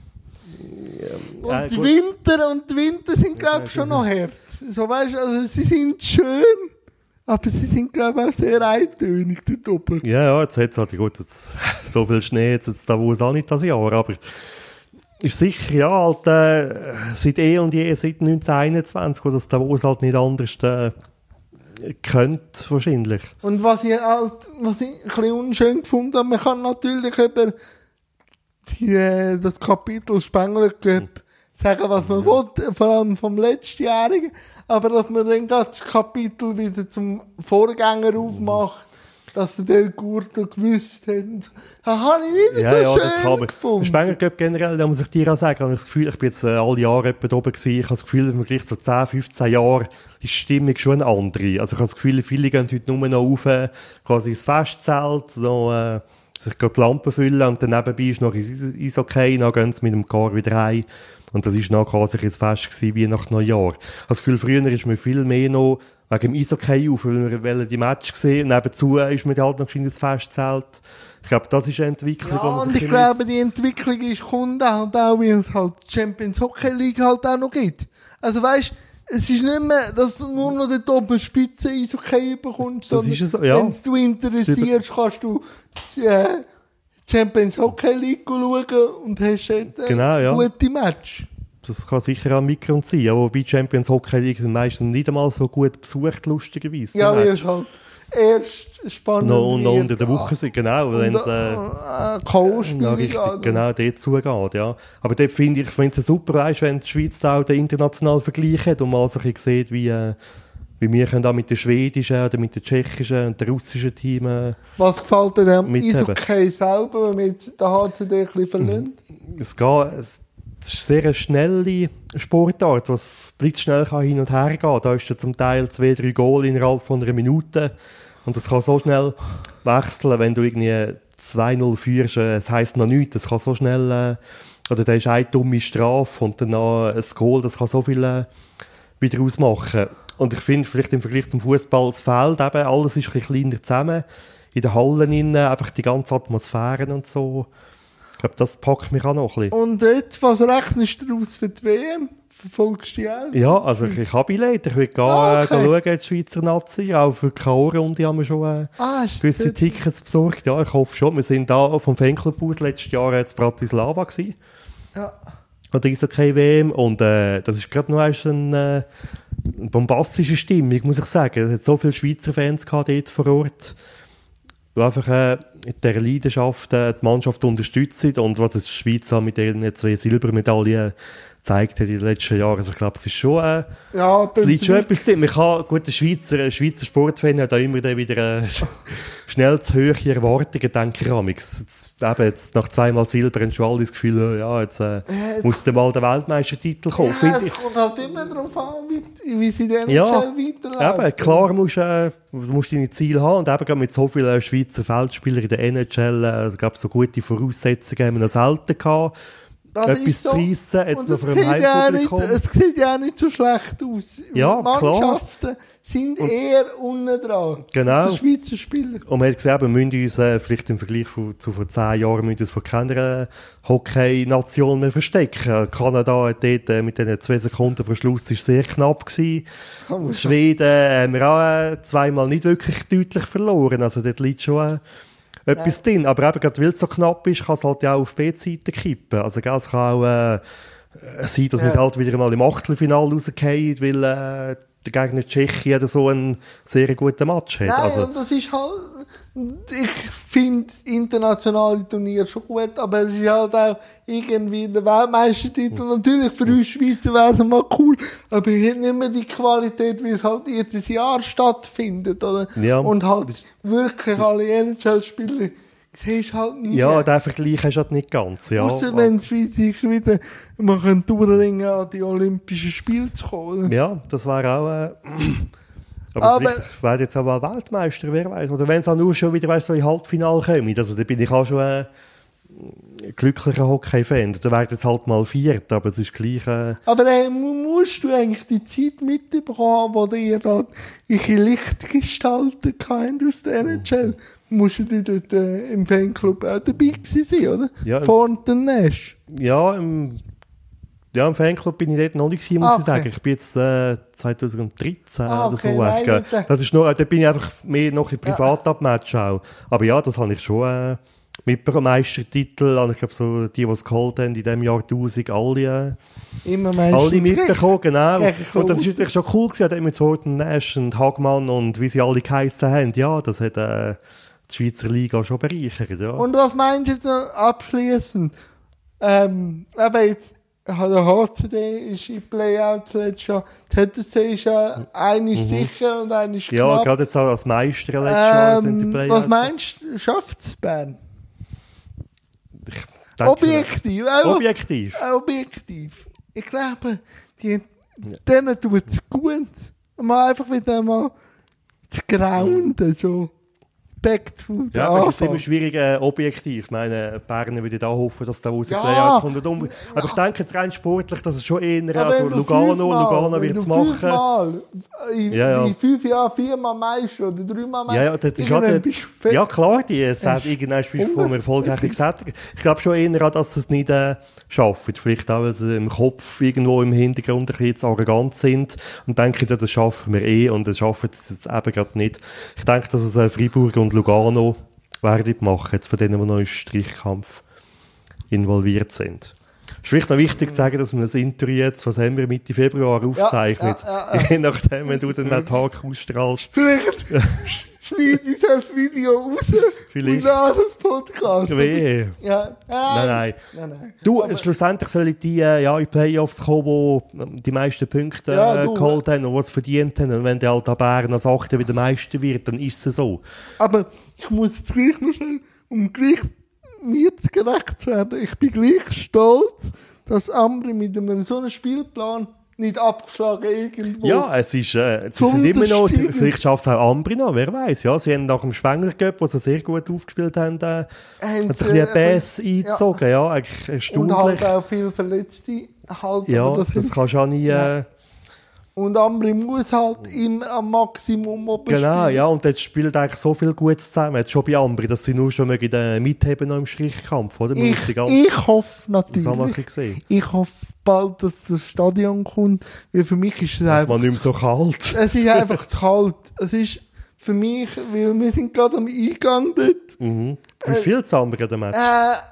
und äh, die Winter und die Winter sind, glaube ich, schon noch hart. So, weißt du, also sie sind schön, aber sie sind, glaube ich, auch sehr eintönig, die Doppel. Ja, ja, jetzt hat es halt, gut, jetzt, so viel Schnee jetzt, jetzt da wo es auch nicht das Jahr, aber ist sicher, ja, halt, äh, seit eh und je, seit neunzehnhunderteinundzwanzig, wo das Davos halt nicht anders äh, könnte, wahrscheinlich. Und was ich halt, was ich ein bisschen unschön gefunden habe, man kann natürlich über die, äh, das Kapitel Spengler hm. sagen, was man will, vor allem vom letztjährigen, aber dass man dann gerade das Kapitel wieder zum Vorgänger aufmacht, dass der Del Curto gewusst hat. Das habe ich nicht ja, so ja, schön das kann man. gefunden. Spengler Cup generell, da muss ich dir auch sagen, habe ich das Gefühl, ich bin jetzt äh, alle Jahre etwa oben gewesen, ich habe das Gefühl, dass man gleich so zehn, fünfzehn Jahre ist die Stimmung schon eine andere. Also ich habe das Gefühl, viele gehen heute nur noch rauf, quasi ins Festzelt, so, äh, sich gerade die Lampen füllen und dann nebenbei ist noch ist okay, dann gehen sie mit dem Car wieder heim. Und das war noch quasi ein Fest gewesen, wie nach Neujahr. Ich habe das Gefühl, früher ist man viel mehr noch wegen dem Eishockey auf, weil wir die Match gesehen und nebenzu ist man halt noch ins Festzelt. Ich glaube, das ist eine Entwicklung. Ja, und ich glaube, die Entwicklung ist, kommt halt auch, weil es halt die Champions Hockey League halt auch noch gibt. Also weißt, es ist nicht mehr, dass du nur noch den oben Spitze Eishockey bekommst, Das sondern ist so, ja. wenn es du interessierst, kannst du die äh, Champions Hockey League schauen und hast dort äh, Genau, ja. gute Match. Das kann sicher auch ein Mikron sein, aber bei Champions Hockey League sind meistens nicht einmal so gut besucht, lustigerweise. Ja, weil es halt erst spannend No, und noch wird. unter der Woche sind, genau. Und, Wenn es, äh, äh, äh, K O-Spiele ja, richtig, geht. genau, dort zugeht, ja. Aber dort finde ich, finde es super, weißt, wenn die Schweiz da auch den internationalen Vergleich hat und mal so ein bisschen sieht, wie, äh, wie wir können da mit den schwedischen oder mit den tschechischen und den russischen Teams. Was gefällt dir dem Mitheben. Eishockey selber, wenn wir jetzt den H C D ein bisschen verlieren? Es geht, es, es ist sehr eine schnelle Sportart, was blitzschnell kann hin und her gehen. Da ist ja zum Teil zwei, drei Goal innerhalb von einer Minute. Und das kann so schnell wechseln, wenn du irgendwie zwei null führst. äh, Das heisst noch nichts. Das kann so schnell, äh, oder da ist eine dumme Strafe und dann noch ein Goal, das kann so viel äh, wieder ausmachen. Und ich finde, vielleicht im Vergleich zum Fußball, das Feld eben, alles ist ein bisschen kleiner zusammen. In den Hallen innen, einfach die ganze Atmosphäre und so. Ich glaube, das packt mich auch noch ein bisschen. Und jetzt, was rechnest du aus für die W M? Verfolgst du die auch? Ja, also ich, ich habe Billett. Ich will gerne Ah, äh, okay. schauen, die Schweizer Nazi. Auch für die K O-Runde haben wir schon äh, Ah, ist gewisse das Tickets besorgt. Ja, ich hoffe schon. Wir sind da vom Fanclub aus letztes Jahr in Bratislava gewesen. Ja. An der Eishockey-W M. Und äh, das ist gerade noch einmal eine, äh, eine bombastische Stimmung, muss ich sagen. Es hat so viele Schweizer Fans gehabt dort vor Ort, die einfach äh, mit dieser Leidenschaft äh, die Mannschaft unterstützen. Und was die Schweiz auch mit ihren zwei Silbermedaillen gezeigt hat in den letzten Jahren. Also ich glaube, es ist schon... Äh, Ja, es liegt schon etwas drin. Man kann, gut, der Schweizer, ein Schweizer Sportfan hat auch immer dann wieder äh, schnell zu hohe Erwartungen, denke ich. Jetzt, jetzt, eben, jetzt nach zweimal Silber haben schon alle das Gefühl, ja, jetzt äh, jetzt- muss dann mal der Weltmeistertitel kommen. Ja, Find es ich. kommt halt immer darauf an, wie, wie sie den Ja, weiterlaufen. Eben, klar musst äh, du musst deine Ziele haben und eben gerade mit so vielen Schweizer Feldspielern in der N H L, äh, also, glaub, so gute Voraussetzungen haben wir noch selten gehabt. Das Etwas ist so. zu reissen, jetzt Und noch es vor einem sieht ja nicht, Heimpublikum. es sieht ja auch nicht so schlecht aus. Ja, klar. Mannschaften sind eher unten dran. Genau. Der Schweizer Spieler. Und man hat gesehen, wir müssen uns äh, vielleicht im Vergleich von, zu vor zehn Jahren müssen uns von keiner Hockey-Nation mehr verstecken. Kanada hat dort äh, mit diesen zwei Sekunden vor Schluss ist sehr knapp gewesen. Oh, Schweden äh, haben wir auch äh, zweimal nicht wirklich deutlich verloren. Also dort liegt schon äh, etwas drin. Aber eben gerade weil es so knapp ist, kann es halt ja auch auf B-Seite kippen. Also gell, es kann auch äh, sein, dass Ja. wir halt wieder mal im Achtelfinale rausgehen, weil äh, der Gegner Tschechien oder so einen sehr guten Match hat. Nein, Also, und das ist halt, ich finde internationale Turniere schon gut, aber es ist halt auch irgendwie der Weltmeistertitel. Natürlich für uns Schweizer wäre es mal cool, aber es hat nicht mehr die Qualität, wie es halt jedes Jahr stattfindet, oder? Ja. Und halt wirklich alle N H L-Spieler siehst halt nie. ja, den Vergleich hast du halt nicht ganz. Ja. Ausser wenn sie sich wieder mal können durchringen, an die Olympischen Spiele zu kommen. Ja, das wäre auch. Äh, aber, Aber- vielleicht wäre jetzt auch mal Weltmeister, wer weiß. Oder wenn es auch nur schon wieder weißt, so in Halbfinale kommt. Also da bin ich auch schon äh, ein glücklicher Hockey-Fan. Da wäre jetzt halt mal viert, aber es ist gleich. Äh, Aber äh, mu- musst du eigentlich die Zeit mitbekommen, wo ihr da eure Lichtgestalten habt aus der N H L? Musst du dort äh, im Fanclub auch dabei gewesen sein, oder? Ja. Vor dem Nash. ja, im, ja, im Fanclub bin ich dort noch nicht gewesen, muss Ah, ich okay. sagen. Ich bin jetzt äh, zwanzig dreizehn Ah, oder okay, so. nein, Echt, dort- das ist noch, äh, da bin ich einfach mehr noch in privat ab Match auch. Aber ja, das habe ich schon äh, mitbekommen. Meistertitel, und ich glaube so, die, die es geholt haben in diesem Jahrtausend, alle, äh, Immer meistens. alle mitbekommen, genau. gegen Und das ist natürlich schon cool gewesen, hat mit Horton Nash und Hagmann und wie sie alle geheissen haben. Ja, das hat äh, die Schweizer Liga schon bereichert, ja. Und was meinst du jetzt noch abschliessend? Ähm, aber jetzt, der H C D ist in Playouts letztes Jahr. Die Z S C ist ja eine sicher und eine ist Mhm. ja, knapp. gerade jetzt auch als Meister letztes Jahr sind sie Ähm, Playoffs. was meinst du, schafft es Bern? Denke, Objektiv, einfach Objektiv. objektiv. Ich glaube, die, denen tut es gut, mal einfach wieder mal zu grounden, so Respectful. Ja, aber es ist immer schwierig, äh, objektiv. Ich meine, Berner würde da hoffen, dass da raus Ja. Playout kommt. Um. Aber ich denke jetzt rein sportlich, dass es schon eher Aber also wenn du Lugano, fünfmal- Lugano wenn wird es du machen. fünfmal, in, Ja, ja. in fünf Jahren viermal Meister oder dreimal Meister. Ja, ja, das ist irgendwann halt, bist du fett. ja klar, die äh, sagt, ist irgendwann bist du vom erfolgreichen Gesättigen. Ich glaube schon eher an, dass sie es nicht äh, schaffen. Vielleicht auch, weil sie im Kopf irgendwo im Hintergrund ein bisschen zu arrogant sind und denken, ja, das schaffen wir eh und das schaffen sie jetzt eben gerade nicht. Ich denke, dass es äh, Freiburg und Lugano werden machen, jetzt von denen, die noch im Strichkampf involviert sind. Es ist vielleicht noch wichtig zu sagen, dass wir das Interview jetzt, was haben wir, Mitte Februar aufzeichnet. ja, ja, ja. Je nachdem, wenn du den Tag ausstrahlst. Vielleicht schneide ich das Video raus Vielleicht. und lasse das Podcast. Weh. Ja. Nein, nein. nein, nein. Du, Aber- schlussendlich sollen die äh, ja, in die Playoffs kommen, die die meisten Punkte Ja, äh, du. geholt haben und was verdient haben. Und wenn der Alta Bern als Achter wieder Meister wird, dann ist es so. Aber ich muss jetzt gleich noch schnell, um gleich mir zu gerecht zu werden, ich bin gleich stolz, dass Ambri mit einem so einem Spielplan nicht abgeschlagen irgendwo. Ja, es ist, äh, sie Zum sind immer noch, Untersteigen. vielleicht schafft auch Ambri noch, wer weiß. Ja, sie haben nach dem Spengler Cup, wo sie sehr gut aufgespielt haben, äh, Haben hat sich sie, ein bisschen äh, Bass eingezogen. Ja, eigentlich Und erstaunlich. halt auch viele Verletzte. Halt, Ja, aber das, das kannst du auch nie... Äh, Und Ambri muss halt immer am Maximum oben Genau, spielen. ja, und jetzt spielt eigentlich so viel Gutes zusammen, jetzt schon bei Ambri, dass sie nur schon mögen, äh, mitheben noch im Strichkampf, oder? Man muss Ich, die ganze- ich hoffe das haben wir ein natürlich, bisschen gesehen. ich hoffe bald, dass das Stadion kommt, weil für mich ist es Es einfach, war nicht mehr so kalt. es ist einfach zu kalt. Es ist für mich, weil wir sind gerade am Eingang dort, Mhm. Wie viel zusammen gerade Match? äh, äh,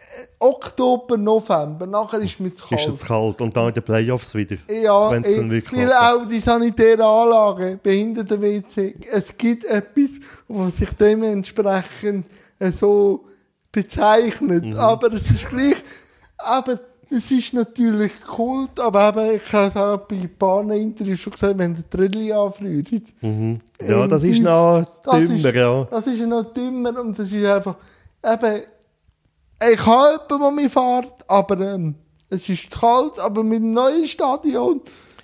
Oktober, November, nachher ist mir zu kalt. Ist es kalt und dann in den Playoffs wieder. Ja, Wenn's dann äh, wirklich weil klappt. auch die sanitären Anlagen, Behinderten-W C, es gibt etwas, was sich dementsprechend äh, so bezeichnet. Mhm. Aber es ist gleich, aber es ist natürlich Kult, aber eben, ich habe es auch bei Bahnen-Interviews schon gesagt, wenn der Trilli anfriert. Mhm. Ja, das ist Ähm, noch das dümmer, ist, ja. Das ist ja noch dümmer und das ist einfach, eben, ich habe jemanden, der mich fährt, aber ähm, es ist zu kalt, aber mit dem neuen Stadion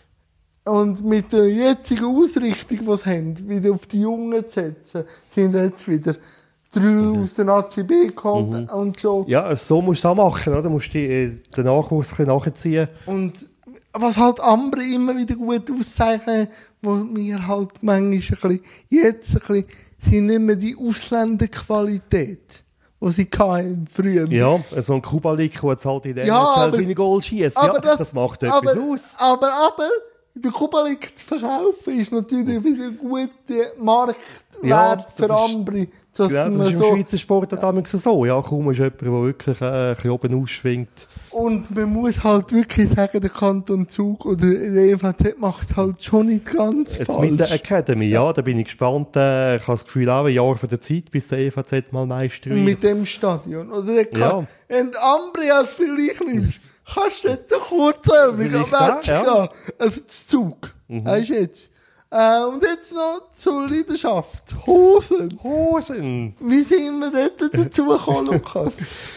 und mit der jetzigen Ausrichtung, die sie haben, wieder auf die Jungen zu setzen, sind jetzt wieder drei Mhm. aus der A C B gekommen und so. Ja, so musst du es auch machen, oder? Du musst die, äh, den Nachwuchs ein bisschen nachziehen. Und was halt andere immer wieder gut auszeichnen, wo mir halt manchmal ein bisschen, jetzt ein bisschen, sind nicht mehr die Ausländerqualität, die sie hatten früher. Ja, so ein Kubalik, der jetzt halt in der Ja, N H L aber- seine Goal schießt. Ja, das, macht etwas aber, aus. Aber, aber, der Kubalik zu verkaufen ist natürlich wieder ein guter Marktwert Ja, das für ist- andere. Dass Ja, das man ist im so, Schweizer Sport halt damals so. Ja, kaum ist jemand, der wirklich äh, ein bisschen oben ausschwingt. und man muss halt wirklich sagen, der Kanton Zug oder der E V Z macht es halt schon nicht ganz Jetzt falsch. mit der Academy, ja, da bin ich gespannt. Äh, ich habe das Gefühl, auch ein Jahr von der Zeit, bis der E V Z mal Meister wird. Mit dem Stadion. Oder der kann, wenn Ambri als Vergleich nimmst, kannst du jetzt so kurzärmlich am Vielleicht Match auch, ja. gehen. Also das Zug. Weißt du jetzt? Äh, und jetzt noch zur Leidenschaft. Hosen. Hosen. Wie sind wir dort dazu gekommen, Lukas?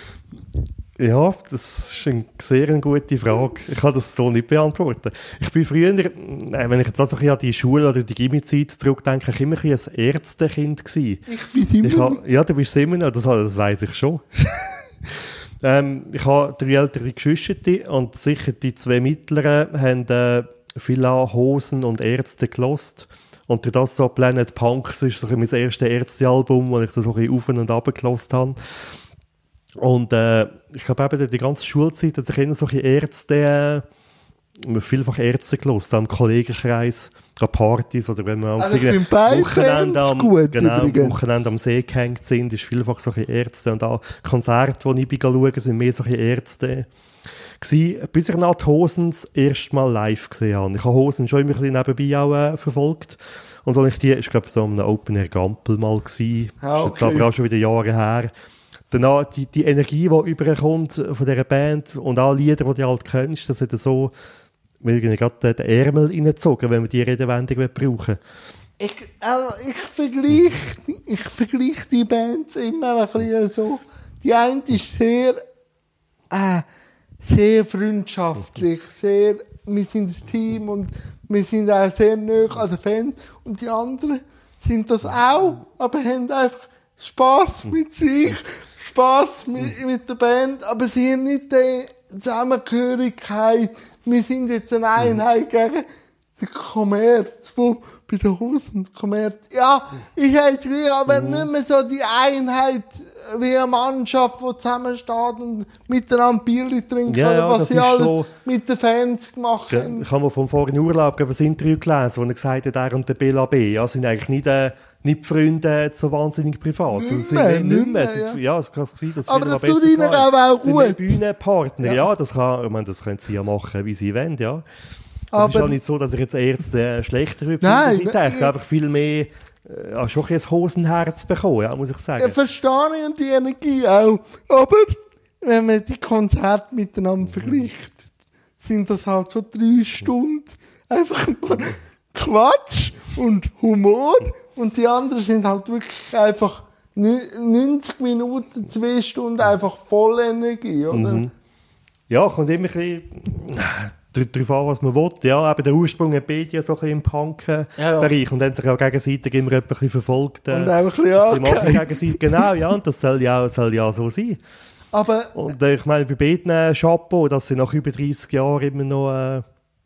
Ja, das ist eine sehr eine gute Frage. Ich kann das so nicht beantworten. Ich bin früher, äh, wenn ich jetzt also ein bisschen an die Schule oder die Gimmi-Zeit zurückdenke, ich immer ein, bisschen ein Ärztekind gewesen. Ich bin Ich immer ha, ja, du bist immer noch, das, das weiss ich schon. ähm, ich habe drei ältere Geschwister und sicher die zwei mittleren haben äh, viele Hosen und Ärzte gelost. Und durch das so Planet Punk, das ist so mein erstes Ärztealbum, wo ich das so ein bisschen auf und ab gelost habe. Und äh, ich habe eben die ganze Schulzeit, dass ich immer so ein bisschen Ärzte, äh, vielfach Ärzte gelost, am Kollegenkreis, an Partys oder wenn wir am Also ich finde beide Wochenende Bands am, gut, genau, am übrigens. Wochenende am See gehängt sind, ist vielfach so ein bisschen Ärzte. Und auch Konzerte, die ich bin schauen, sind mehr so ein bisschen Ärzte gewesen, bis ich nach die Hosen das erste Mal live gesehen habe. Ich habe Hosen schon immer ein bisschen nebenbei auch äh, verfolgt. Und als ich die, ich glaube, so am Open Air Gampel mal gewesen, Ah, ist jetzt okay. aber auch schon wieder Jahre her. Danach die, die Energie, die überkommt von dieser Band und alle Lieder, die du halt kennst, das hat so mir irgendwie gerade den Ärmel reingezogen, wenn wir die Redewendung brauchen. Ich, also ich vergleiche ich vergleich die Bands immer ein bisschen so. Die eine ist sehr, äh, sehr freundschaftlich, sehr, wir sind ein Team und wir sind auch sehr nahe an den Fans. Und die anderen sind das auch, aber haben einfach Spass mit sich, Spass mit, mit der Band, aber sie haben nicht die Zusammengehörigkeit. Wir sind jetzt eine Einheit gegen den Kommerz, wo bei den Hosen Kommerz. Ja, ich hätte gleich, aber mhm. nicht mehr so die Einheit wie eine Mannschaft, die zusammensteht und miteinander Bierli trinkt, ja, ja, was sie alles mit den Fans gemacht ja, haben. Ich habe mal vom vorigen Urlaub ein Interview gelesen, wo er gesagt hat, er und der Bela B. Ja, sind eigentlich nicht, äh, nicht die Freunde so wahnsinnig privat. Nicht also, mehr, sind nicht mehr, mehr. ja. Ja, es kann sein, dass aber das tut ihnen auch, auch gut. Bühnenpartner, ja. ja, das, kann, ich meine, das können sie ja machen, wie sie wollen, ja. Aber es ist ja nicht so, dass ich jetzt Ärzte äh, schlechter würde. Nein, ich habe einfach viel mehr äh, schon ein Hosenherz bekommen, ja, muss ich sagen. Ja, verstehe ich und die Energie auch. Aber wenn man die Konzerte miteinander vergleicht, sind das halt so drei Stunden einfach nur Quatsch und Humor. Und die anderen sind halt wirklich einfach neunzig Minuten, zwei Stunden einfach voll Energie, oder? Mhm. Ja, kommt immer ein bisschen darauf an, was man will. Ja, eben der Ursprung hat beide so ein bisschen im Punk-Bereich ja, ja. und haben sich auch gegenseitig immer ein bisschen verfolgt. Und auch ein bisschen angegeben. Genau, ja, und das soll ja, soll ja so sein. Aber, und äh, ich meine, bei beiden Chapeau, dass sie nach über dreißig Jahren immer noch äh,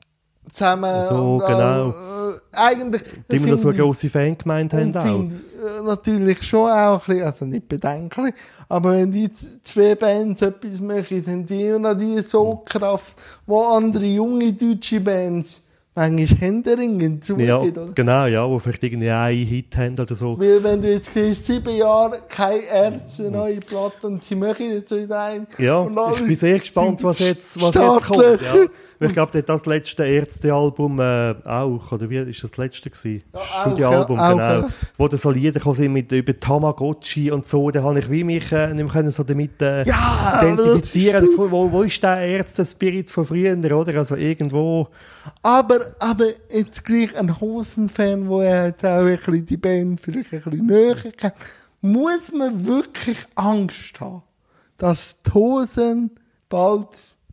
zusammen so, und, genau. Äh, eigentlich immer noch so eine grosse Fangemeinde haben. Find, äh, natürlich schon auch ein bisschen, also nicht bedenklich, aber wenn die z- zwei Bands etwas machen, haben die immer noch die Sogkraft, wo andere junge deutsche Bands manchmal händeringend suchen, ja, oder? Genau, ja, wo vielleicht irgendwie einen Hit haben oder so. Weil wenn du jetzt siehst, sieben Jahre keine Ärzte, neue Platte und sie machen jetzt wieder ein. Ja, ich bin sehr gespannt, was jetzt, was jetzt kommt. Ja. Ich glaube, das letzte Ärzte-Album äh, auch, oder wie ist das letzte gewesen? Ja, Studioalbum, auch, genau. ja. Wo da so Lieder gekommen sind mit, über Tamagotchi und so, da habe ich wie mich äh, nicht mehr so damit äh, ja, identifizieren. Wo, wo ist der Ärzte-Spirit von früher, oder? Also irgendwo. Aber, aber jetzt gleich ein Hosenfan, wo er jetzt auch ein bisschen die Band vielleicht ein bisschen näher kennt, muss man wirklich Angst haben, dass die Hosen bald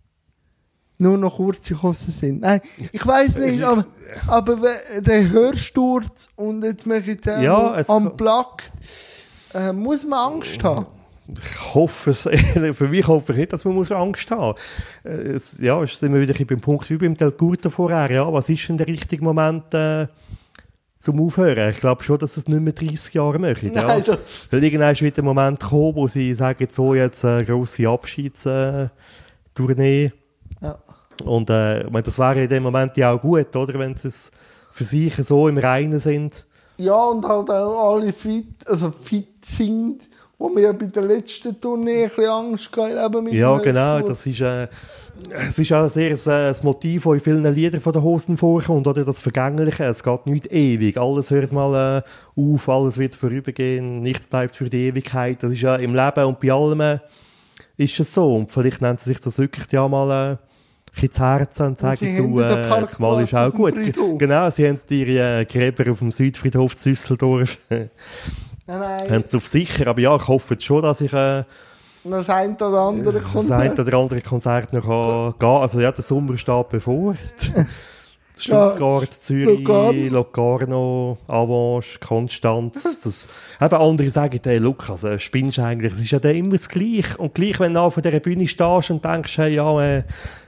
nur noch kurze Hosen sind. Nein, ich weiss nicht, aber, aber der Hörsturz und jetzt mache ich den ja, unplugged, äh, muss man Angst haben. Ich hoffe es, für mich hoffe ich nicht, dass man Angst haben muss. Es, ja, jetzt sind wir wieder beim Punkt wie beim Del Curto vorher. Ja, was ist denn der richtige Moment äh, zum Aufhören? Ich glaube schon, dass es nicht mehr dreißig Jahre möchte. Ja. Nein, das Weil irgendwann ist wieder ein Moment gekommen, wo sie sagen, jetzt so jetzt eine grosse Abschiedstournee. Ja. Und äh, ich meine, das wäre in dem Moment ja auch gut, oder? Wenn sie es für sich so im Reinen sind. Ja, und halt auch alle fit, also fit sind, wo wir ja bei der letzten Tournee ein bisschen Angst hatten. Ja, genau, das ist, äh, es ist auch sehr ein, ein Motiv, das in vielen Liedern von den Hosen vorkommt, oder? Das Vergängliche, es geht nicht ewig, alles hört mal äh, auf, alles wird vorübergehen, nichts bleibt für die Ewigkeit, das ist ja im Leben und bei allem äh, ist es so, und vielleicht nennen sie sich das wirklich ja mal äh, ins Herz und sagen, du, äh, jetzt mal ist auch gut. Genau, sie haben ihre äh, Gräber auf dem Südfriedhof Düsseldorf. Nein, nein. Haben sie auf sicher, aber ja, ich hoffe jetzt schon, dass ich äh, das ein oder andere Konzert, das ein oder andere Konzert noch kann gehen. Also ja, der Sommer steht bevor. Stuttgart, ja, Zürich, Locarno, Locarno Avanche, Konstanz. Das, eben andere sagen, hey, look, also spinnst du eigentlich, es ist ja dann immer das Gleiche. Und gleich, wenn du auf der Bühne stehst und denkst, hey, ja, äh,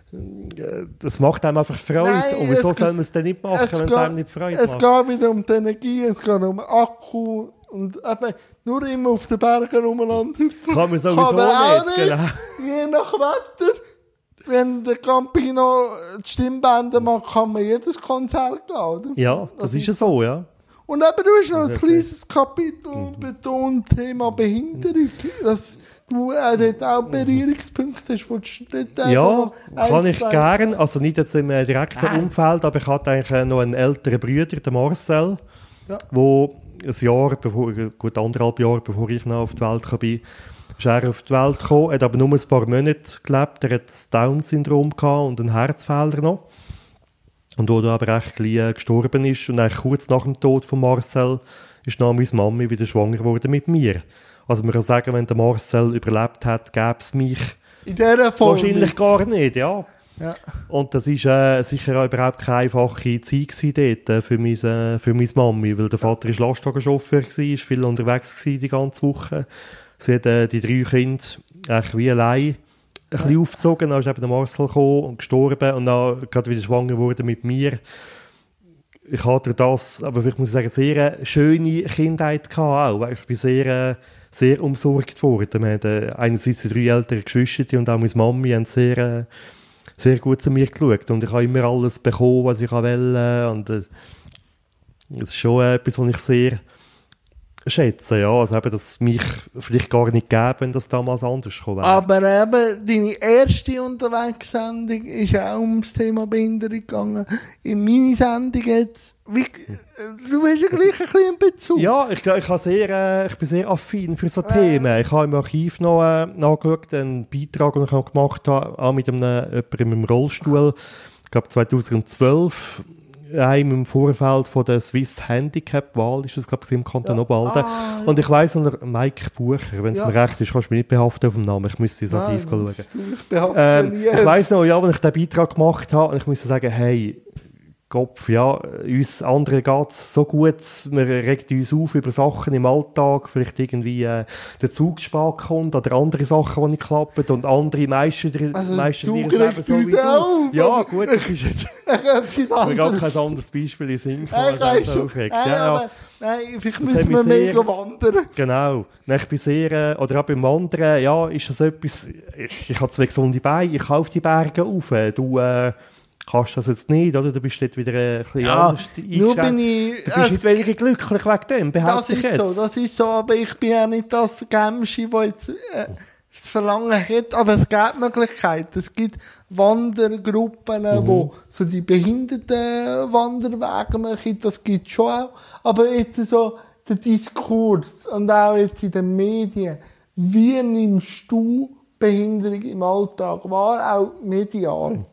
das macht einem einfach Freude. Nein, und wieso soll man es denn nicht machen, wenn es einem nicht Freude es macht? Es geht wieder um die Energie, es geht um Akku und eben nur immer auf den Bergen umeinander. Kann man sowieso Kann man nicht, nicht, genau. Je nach Wetter. Wenn der Campino die Stimmbänder macht, kann man jedes Konzert gehen, oder? Ja, das, das ist ja so, ja. Und eben, du hast noch ein kleines Kapitel mhm. betont, Thema Behinderung. Dass du äh, dort auch Berührungspunkte hast, wo du dort ja, kann ich gerne. Also nicht jetzt im direkten ah. Umfeld, aber ich hatte eigentlich noch einen älteren Bruder, den Marcel, ja. wo ein Jahr, bevor, gut anderthalb Jahre, bevor ich noch auf die Welt kam, ist er auf die Welt gekommen, hat aber nur ein paar Monate gelebt. Er hat das Down-Syndrom gehabt und einen Herzfehler noch. Und wo er aber echt gleich gestorben ist, und eigentlich kurz nach dem Tod von Marcel, ist dann meine Mami wieder schwanger geworden mit mir. Also man kann sagen, wenn der Marcel überlebt hat, gäbe es mich in dieser Form wahrscheinlich nicht. Gar nicht, ja. Ja. Und das war äh, sicher auch überhaupt keine einfache Zeit gewesen dort, äh, für, meine, für meine Mami, weil der Vater war Lastwagenchauffeur, war viel unterwegs gewesen die ganze Woche. Sie hat äh, die drei Kinder eigentlich wie allein ein bisschen ja. aufgezogen. Dann ist eben der Marcel gekommen und gestorben und dann gerade wieder schwanger geworden mit mir. Ich hatte das, aber ich muss sagen, sehr eine schöne Kindheit gehabt auch, weil ich bin sehr, äh, sehr umsorgt worden. Wir hatten einerseits die drei ältere Geschwister und auch meine Mami haben sehr, äh, sehr gut zu mir geschaut und ich habe immer alles bekommen, was ich wollte und äh, das ist schon äh, etwas, was ich sehr schätze, ja, also eben, dass es mich vielleicht gar nicht gäbe, wenn das damals anders gekommen wäre. Aber eben, deine erste Unterwegssendung ist auch ums Thema Behinderung gegangen. In meine Sendung jetzt, wie, du hast ja gleich ein bisschen einen Bezug. Ja, ich, ich, habe sehr, äh, ich bin sehr affin für so äh. Themen. Ich habe im Archiv noch äh, nachgeschaut, einen Beitrag, den ich auch gemacht habe, auch mit einem, jemandem im Rollstuhl, ich glaube zweitausendzwölf, einem im Vorfeld von der Swiss Handicap-Wahl, ist das, glaube ich, im Kanton ja. Obwalden. Ah, ja. Und ich weiss, unter Mike Bucher, wenn es ja. mir recht ist, kannst du mich nicht behaften auf dem Namen, ich müsste ins Archiv schauen. Ich behafte ähm, Ich weiss noch, ja, als ich diesen Beitrag gemacht habe, und ich musste sagen, hey, Kopf, ja, uns anderen geht es so gut, wir regen uns auf über Sachen im Alltag, vielleicht irgendwie äh, der Zug spät kommt oder andere Sachen, die nicht klappen und andere meistern also meistern ihr Leben so wie du. Auf, ja, gut, das ist jetzt ich habe gar kein anderes Beispiel in Sinn gekommen, das so aufregt. Nein, ja, aber, nein, vielleicht müssen wir sehr, mega wandern. Genau. Nein, ich bin sehr, äh, oder auch beim Wandern, ja, ist das etwas, ich, ich habe zwei gesunde Beine, ich kann auf die Berge rauf, du äh, kannst das jetzt nicht, oder? Du bist dort wieder ein bisschen ja, anders nur bin ich, du bist äh, nicht weniger glücklich wegen dem, behaupte ich jetzt. Das ist so, das ist so, aber ich bin ja nicht das Gemschi, das jetzt äh, das Verlangen hat, aber es gibt Möglichkeiten. Es gibt Wandergruppen, mhm. wo so die behinderten Wanderwege machen, das gibt es schon auch. Aber jetzt so der Diskurs und auch jetzt in den Medien, wie nimmst du Behinderung im Alltag wahr, auch medial?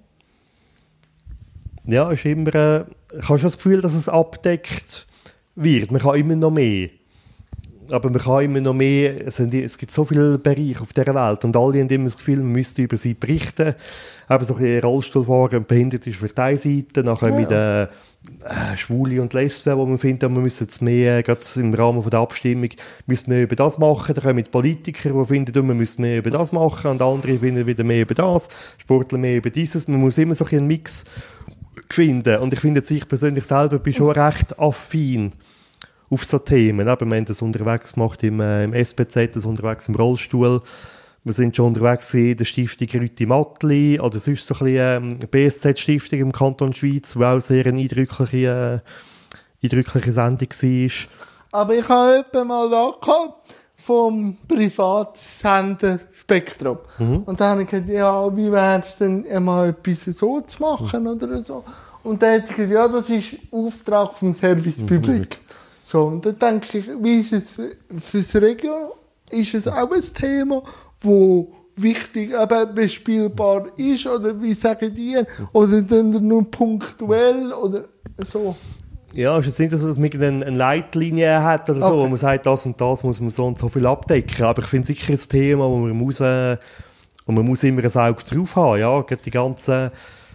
Ja, ist immer, äh, ich habe schon das Gefühl, dass es abdeckt wird. Man kann immer noch mehr. Aber man kann immer noch mehr, es, sind, es gibt so viele Bereiche auf dieser Welt und alle haben immer das Gefühl, man müsste über sie berichten. Eben so ein bisschen Rollstuhlfahrer und Behinderte ist für die eine Seite, nachher ja. mit den äh, Schwule und Lesben, wo man findet, wir müssen jetzt mehr, gerade im Rahmen von der Abstimmung, müssen wir über das machen. Dann kommen die Politiker, die finden, wir müssen mehr über das machen und andere finden wieder mehr über das, Sportler mehr über dieses. Man muss immer so ein bisschen einen Mix finden. Und ich finde jetzt, ich persönlich selber bin schon recht affin auf so Themen. Aber wir haben das unterwegs gemacht im, äh, im S B Z, das unterwegs im Rollstuhl. Wir sind schon unterwegs in der Stiftung Rüti Mattli oder sonst so ein bisschen ähm, B S Z-Stiftung im Kanton Schweiz, die auch sehr eine eindrückliche, äh, eindrückliche Sendung war. Aber ich habe jemanden mal da gehabt vom Privatsender Spektrum. Mhm. Und dann habe ich gesagt, ja, wie wäre es denn, mal etwas so zu machen mhm. oder so. Und dann hat sie gesagt, ja, das ist Auftrag vom Service mhm. Public. So, und dann denke ich, wie ist es für, fürs Region? Ist es auch ein Thema, wo wichtig, eben bespielbar ist? Oder wie sagen die? Oder dann nur punktuell oder so? Ja, es ist jetzt nicht so, dass man eine Leitlinie hat oder so, okay. wo man sagt, das und das muss man so und so viel abdecken. Aber ich finde es sicher ein Thema, wo man muss, äh, wo man muss immer ein Auge drauf haben. Ja, die ganzen,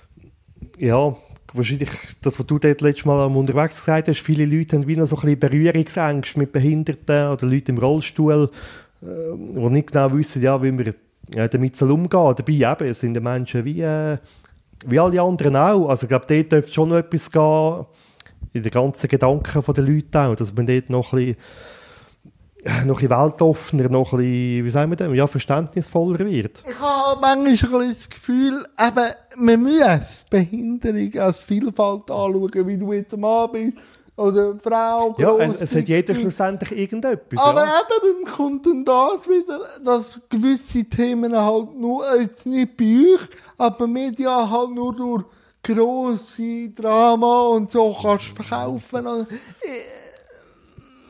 ja, wahrscheinlich das, was du dort letztes Mal unterwegs gesagt hast, viele Leute haben wie noch so ein bisschen Berührungsängste mit Behinderten oder Leuten im Rollstuhl, äh, die nicht genau wissen, ja, wie man äh, damit soll umgehen. Dabei eben, sind die Menschen wie, äh, wie alle anderen auch. Also ich glaube, dort dürfte schon noch etwas gehen, in den ganzen Gedanken der Leute auch, dass man dort noch ein bisschen, noch ein bisschen weltoffener, noch ein bisschen, wie sagen wir denn, ja, verständnisvoller wird. Ich habe manchmal ein bisschen das Gefühl, eben, man muss Behinderung als Vielfalt anschauen, wie du jetzt am Abend bist, oder Frau, ja, es, es hat jeder schlussendlich irgendetwas. Aber ja. eben, dann kommt dann das wieder, dass gewisse Themen halt nur, jetzt nicht bei euch, aber Media halt nur durch grosse Drama und so kannst du verkaufen.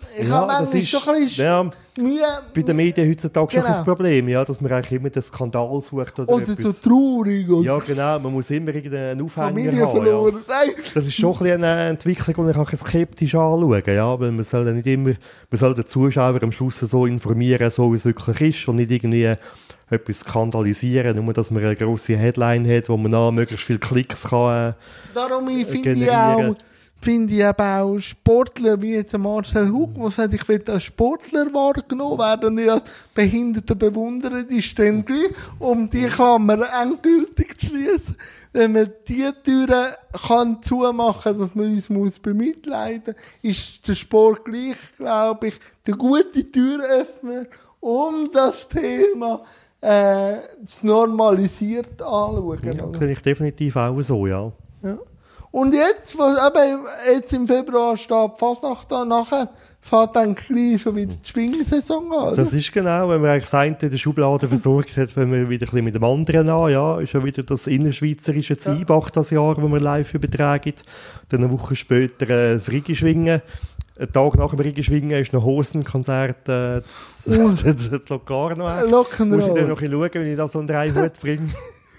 ich Ja, habe das manchmal ist- schon ein bisschen ja. Mühe. Bei den Medien heutzutage schon Genau. ein Problem, ja, dass man eigentlich immer den Skandal sucht oder, Oder etwas. so traurig. Oder Ja, genau, man muss immer irgendeinen Aufhänger Familie haben. Ja. verloren. Nein. Das ist schon ein bisschen eine Entwicklung, die ich auch skeptisch anschauen, ja, weil man soll ja nicht immer, man soll den Zuschauer am Schluss so informieren, so wie es wirklich ist und nicht irgendwie etwas skandalisieren, nur dass man eine grosse Headline hat, wo man dann möglichst viele Klicks kann. Äh, Darum ich finde ich generieren. auch, finde ich eben auch Sportler wie jetzt Marcel Hug, der sagt, ich will als Sportler wahrgenommen werden und nicht als behinderter Bewunderer, die ist dann gleich, um die Klammer endgültig zu schließen. Wenn man die Türen kann zumachen, dass man uns muss bemitleiden muss, ist der Sport gleich, glaube ich, der gute Türöffner, um das Thema äh, zu normalisiert anschauen. ja, oder? sehe ich definitiv auch so, ja. Ja. Und jetzt, was eben, jetzt im Februar steht die Fasnacht an, nachher fährt dann gleich schon wieder die Schwingsaison an. Oder? Das ist genau, wenn man eigentlich das eine in der Schublade versorgt hat, wenn man wieder ein bisschen mit dem anderen an, ja, ist ja wieder das innerschweizerische Ziebach das Jahr, das wir live übertragen. Dann eine Woche später äh, das Rigi-Schwingen. Ein Tag nach dem Rigi-Schwingen ist noch Hosenkonzert, äh, das, das Locarno. Locken Muss ich dann Roll. noch ein bisschen schauen, wie ich das unter einen Hut bringe.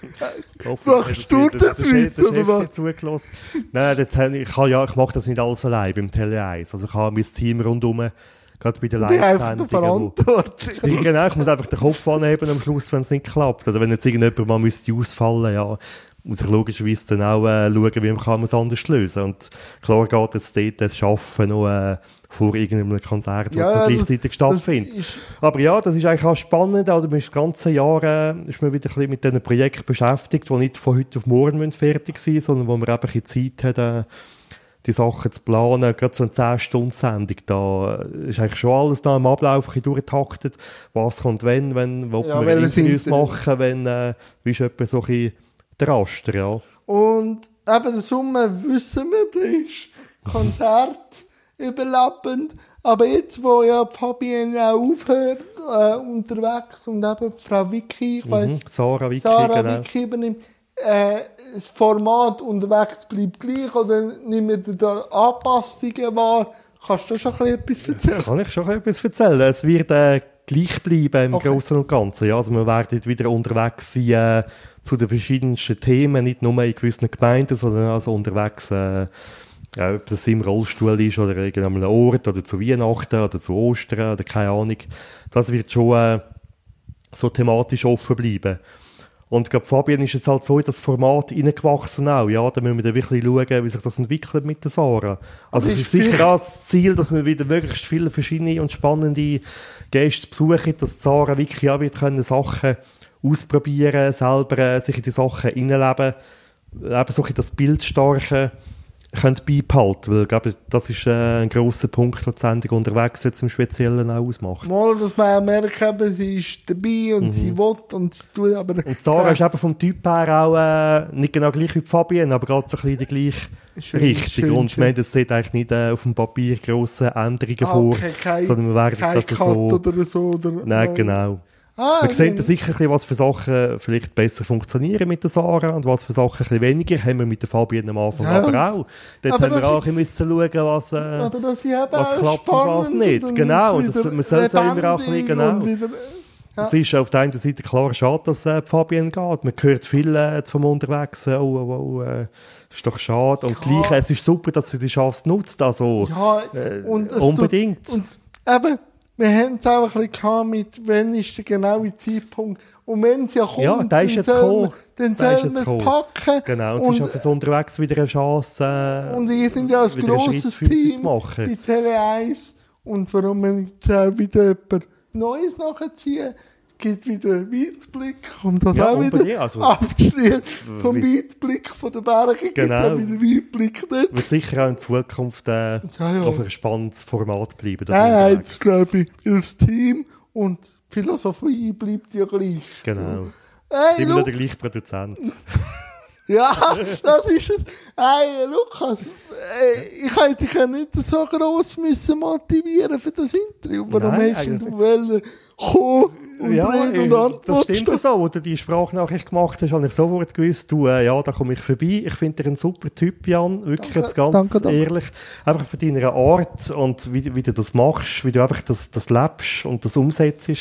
Machst du das Wissen, oder was? Zugelassen. Nein, das, hab ich, ich, kann, ja, ich mache das nicht alles allein beim Tele eins. Also ich habe mein Team rundherum, gerade bei den Ich bin einfach der Live-Sendungen. wo- Verantwortliche. Ja, genau, ich muss einfach den Kopf anheben am Schluss, wenn es nicht klappt. Oder wenn jetzt irgendjemand mal müsste ausfallen, ja, muss ich logischerweise dann auch äh, schauen, wie man es anders lösen kann. Und klar geht jetzt dort das Schaffen noch äh, vor irgendeinem Konzert, das Ja, so das- gleichzeitig stattfindet. Das ist, Aber ja, das ist eigentlich auch spannend. Oder man ist das ganze Jahr äh, ist man wieder ein bisschen mit diesen Projekten beschäftigt, die nicht von heute auf morgen müssen fertig sein müssen, sondern wo man eben ein bisschen Zeit hat, äh, die Sachen zu planen. Gerade so eine zehn-Stunden-Sendung, da ist eigentlich schon alles da im Ablauf ein bisschen durchgetaktet. Was kommt wenn, wenn will Ja, man welches Interviews Interview? machen, wenn, äh, wie ist etwa so ein bisschen der Raster, ja. und eben der Sommer wissen wir, der ist Konzert überlappend. Aber jetzt, wo ja Fabienne auch aufhört, äh, unterwegs und eben die Frau Vicky, ich weiss, Mhm. Sarah Vicky, Sarah genau. Vicky übernimmt, äh, das Format unterwegs bleibt gleich oder nimmt ihr da Anpassungen wahr? Kannst du schon ein bisschen etwas erzählen? Kann ich schon etwas erzählen? Es wird äh, gleich bleiben im Okay. Großen und Ganzen. Ja, also wir werden wieder unterwegs sein äh, zu den verschiedensten Themen, nicht nur in gewissen Gemeinden, sondern also unterwegs, äh, ja, ob das im Rollstuhl ist oder irgendeinem Ort oder zu Weihnachten oder zu Ostern oder keine Ahnung. Das wird schon äh, so thematisch offen bleiben. Und ich glaube, Fabian ist jetzt halt so in das Format reingewachsen auch. Ja, da müssen wir dann wirklich schauen, wie sich das entwickelt mit der Sarah. Also Aber es ist ist sicher vielleicht- auch das Ziel, dass wir wieder möglichst viele verschiedene und spannende Gäste besuchen, dass Sarah wirklich auch wieder können Sachen ausprobieren, selber äh, sich in die Sachen hineinleben, eben so ein bisschen das Bildstarke könnt beibehalten, weil ich glaube, das ist äh, ein grosser Punkt, den die Sendung unterwegs jetzt im Speziellen auch ausmacht. Mal, dass man auch merkt, eben, sie ist dabei und sie will und sie tut, aber... Und Sarah ist eben vom Typ her auch äh, nicht genau gleich wie Fabienne, aber gerade so ein bisschen die gleiche Schön, Richtung. schön, und schön. wir haben das sieht eigentlich nicht äh, auf dem Papier grosse Änderungen Ah, vor, okay, kein, sondern wir werden kein das Cut so... oder so. Oder, Nein, genau. Ah, Wir sehen dann- da sicher ein bisschen, was für Sachen vielleicht besser funktionieren mit der Sarah und was für Sachen ein bisschen weniger. Haben wir mit der Fabienne am Anfang Ja. aber auch. Dort Aber haben wir das auch ist- ein bisschen schauen, was, äh, aber das ist eben was auch klappt und was spannend nicht. und Genau, dann und das- ist es man soll es auch immer auch ein bisschen- lebendig genau. und wieder- Ja. Es ist auf der einen Seite klar schade, dass äh, die Fabienne geht. Man hört viel äh, jetzt vom Unterwegs, äh, oh, oh, oh, äh, ist doch schade. Und Ja. gleich, äh, es ist super, dass sie die Chance nutzt. Also, Ja, äh, und es unbedingt. Tut, und eben, wir haben es auch ein bisschen gehabt mit, wann ist der genaue Zeitpunkt. Und wenn es ja kommt, Ja, der ist dann jetzt soll gekommen. man- dann Der ist soll man jetzt es gekommen. packen. Genau, und, es und, ist auch fürs Unterwegs wieder eine Chance, äh, und ihr seid ja ein wieder einen Schritt grosses für sie Team zu machen. bei Tele eins. Und warum wir jetzt auch wieder etwas Neues nachziehen, gibt wieder einen Weitblick, um das Ja, auch unbedingt, wieder also- abzuschließen. Vom Wie- Weitblick von den Bergen gibt es Genau. auch wieder Weitblick dort. Wird sicher auch in Zukunft äh, Ja, ja. auf ein spannendes Format bleiben. das Nein, nein, Unterwegs. das glaube ich, weil das Team und die Philosophie bleibt ja gleich. Genau. Hey, Immer noch Lu der gleiche Produzent. ja, das ist es. Hey, Lukas, äh, ich hätte dich ja nicht so gross müssen motivieren für das Interview. Warum Nein, hast denn du eigentlich- wollen kommen? und ja, Rede und äh, Antwort das stimmt stehen. so. Als du die Sprachnachricht gemacht hast, habe ich sofort gewusst, du, äh, ja, da komme ich vorbei. Ich finde dich ein super Typ, Jan. Wirklich Danke, jetzt ganz danke, danke. ehrlich. Einfach für deine Art und wie, wie du das machst, wie du einfach das, das lebst und das umsetzt.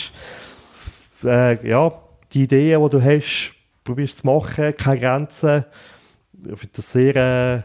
Äh, ja, die Ideen, die du hast, probierst zu machen, keine Grenzen. Ich finde das sehr... Äh,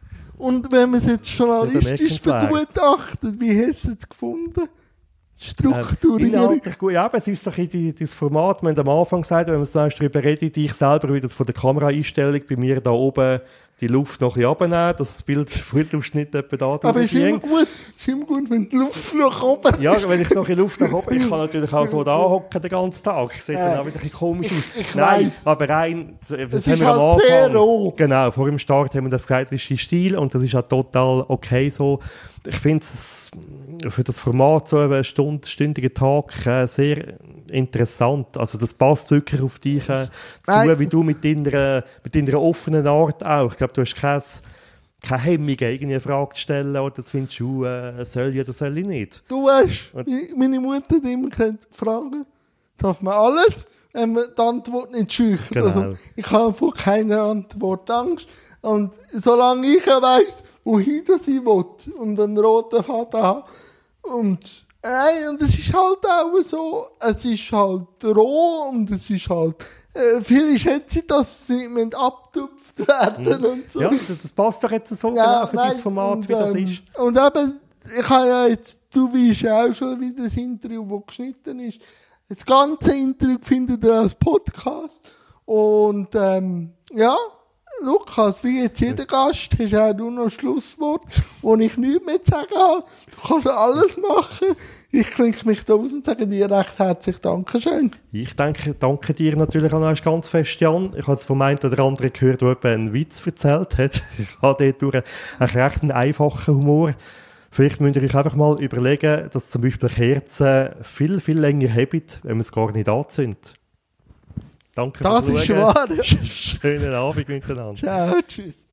Und wenn man es jetzt journalistisch bemerkenswert. begutachtet, wie hast du es gefunden? Struktur. Ähm, inhaltlich gut. Ja, aber es ist so ein bisschen das Format, wir haben am Anfang gesagt, wenn wir so darüber reden, ich selber wie das von der Kameraeinstellung bei mir da oben die Luft noch ein bisschen runternehmen, das Bild Bildschnitt etwa da Aber ist immer gut, ist immer gut, wenn die Luft nach oben ja, wenn ich noch ein bisschen Luft nach oben, ich kann natürlich auch so da hocken den ganzen Tag. Ich sehe dann auch wieder ein bisschen komisch aus. Ich, ich Nein, weiss. aber rein, das, Das haben ist wir am halt sehr Anfang. roh. Genau, vor dem Start haben wir das gesagt, das ist dein Stil und das ist auch total okay so. Ich finde es für das Format so einen Stund, stündigen Tag äh, sehr interessant. Also das passt wirklich auf dich äh, zu, Nein. wie du mit deiner, mit deiner offenen Art auch. Ich glaube, du hast kein, keine Hemmung, irgendwie eine Frage zu stellen oder das findest du, äh, soll ich oder soll ich nicht. Du hast, Und- meine Mutter hat immer gesagt, fragen darf man alles, wenn man die Antwort nicht schüchtert. Genau. Also, ich habe vor keiner Antwort Angst. Und solange ich weiss, wohin das ich will und einen roten Faden habe. Und, äh, und es ist halt auch so, es ist halt roh und es ist halt, äh, viele schätzen, dass sie nicht mehr abgetupft werden und so. Ja, das passt doch jetzt so genau für nein, das Format, und, wie das ähm, ist. Und eben, ich habe ja jetzt, du weißt ja auch schon, wie das Interview, das geschnitten ist. Das ganze Interview findet ihr als Podcast. Und ähm, ja, Lukas, wie jetzt jeder Gast, hast auch du noch ein Schlusswort, wo ich nichts mehr zu sagen habe. Du kannst alles machen. Ich klinke mich da aus und sage dir recht herzlich Dankeschön. Ich denke, danke dir natürlich auch noch ganz fest, Jan. Ich habe es vom einen oder anderen gehört, der etwa einen Witz erzählt hat. Ich habe dort durch einen recht einfachen Humor. Vielleicht müsst ihr euch einfach mal überlegen, dass zum Beispiel Kerzen viel, viel länger haben, wenn man es gar nicht anzündet. Danke Das fürs ist Schauen. wahr. Schönen Abend miteinander. Ciao, tschüss.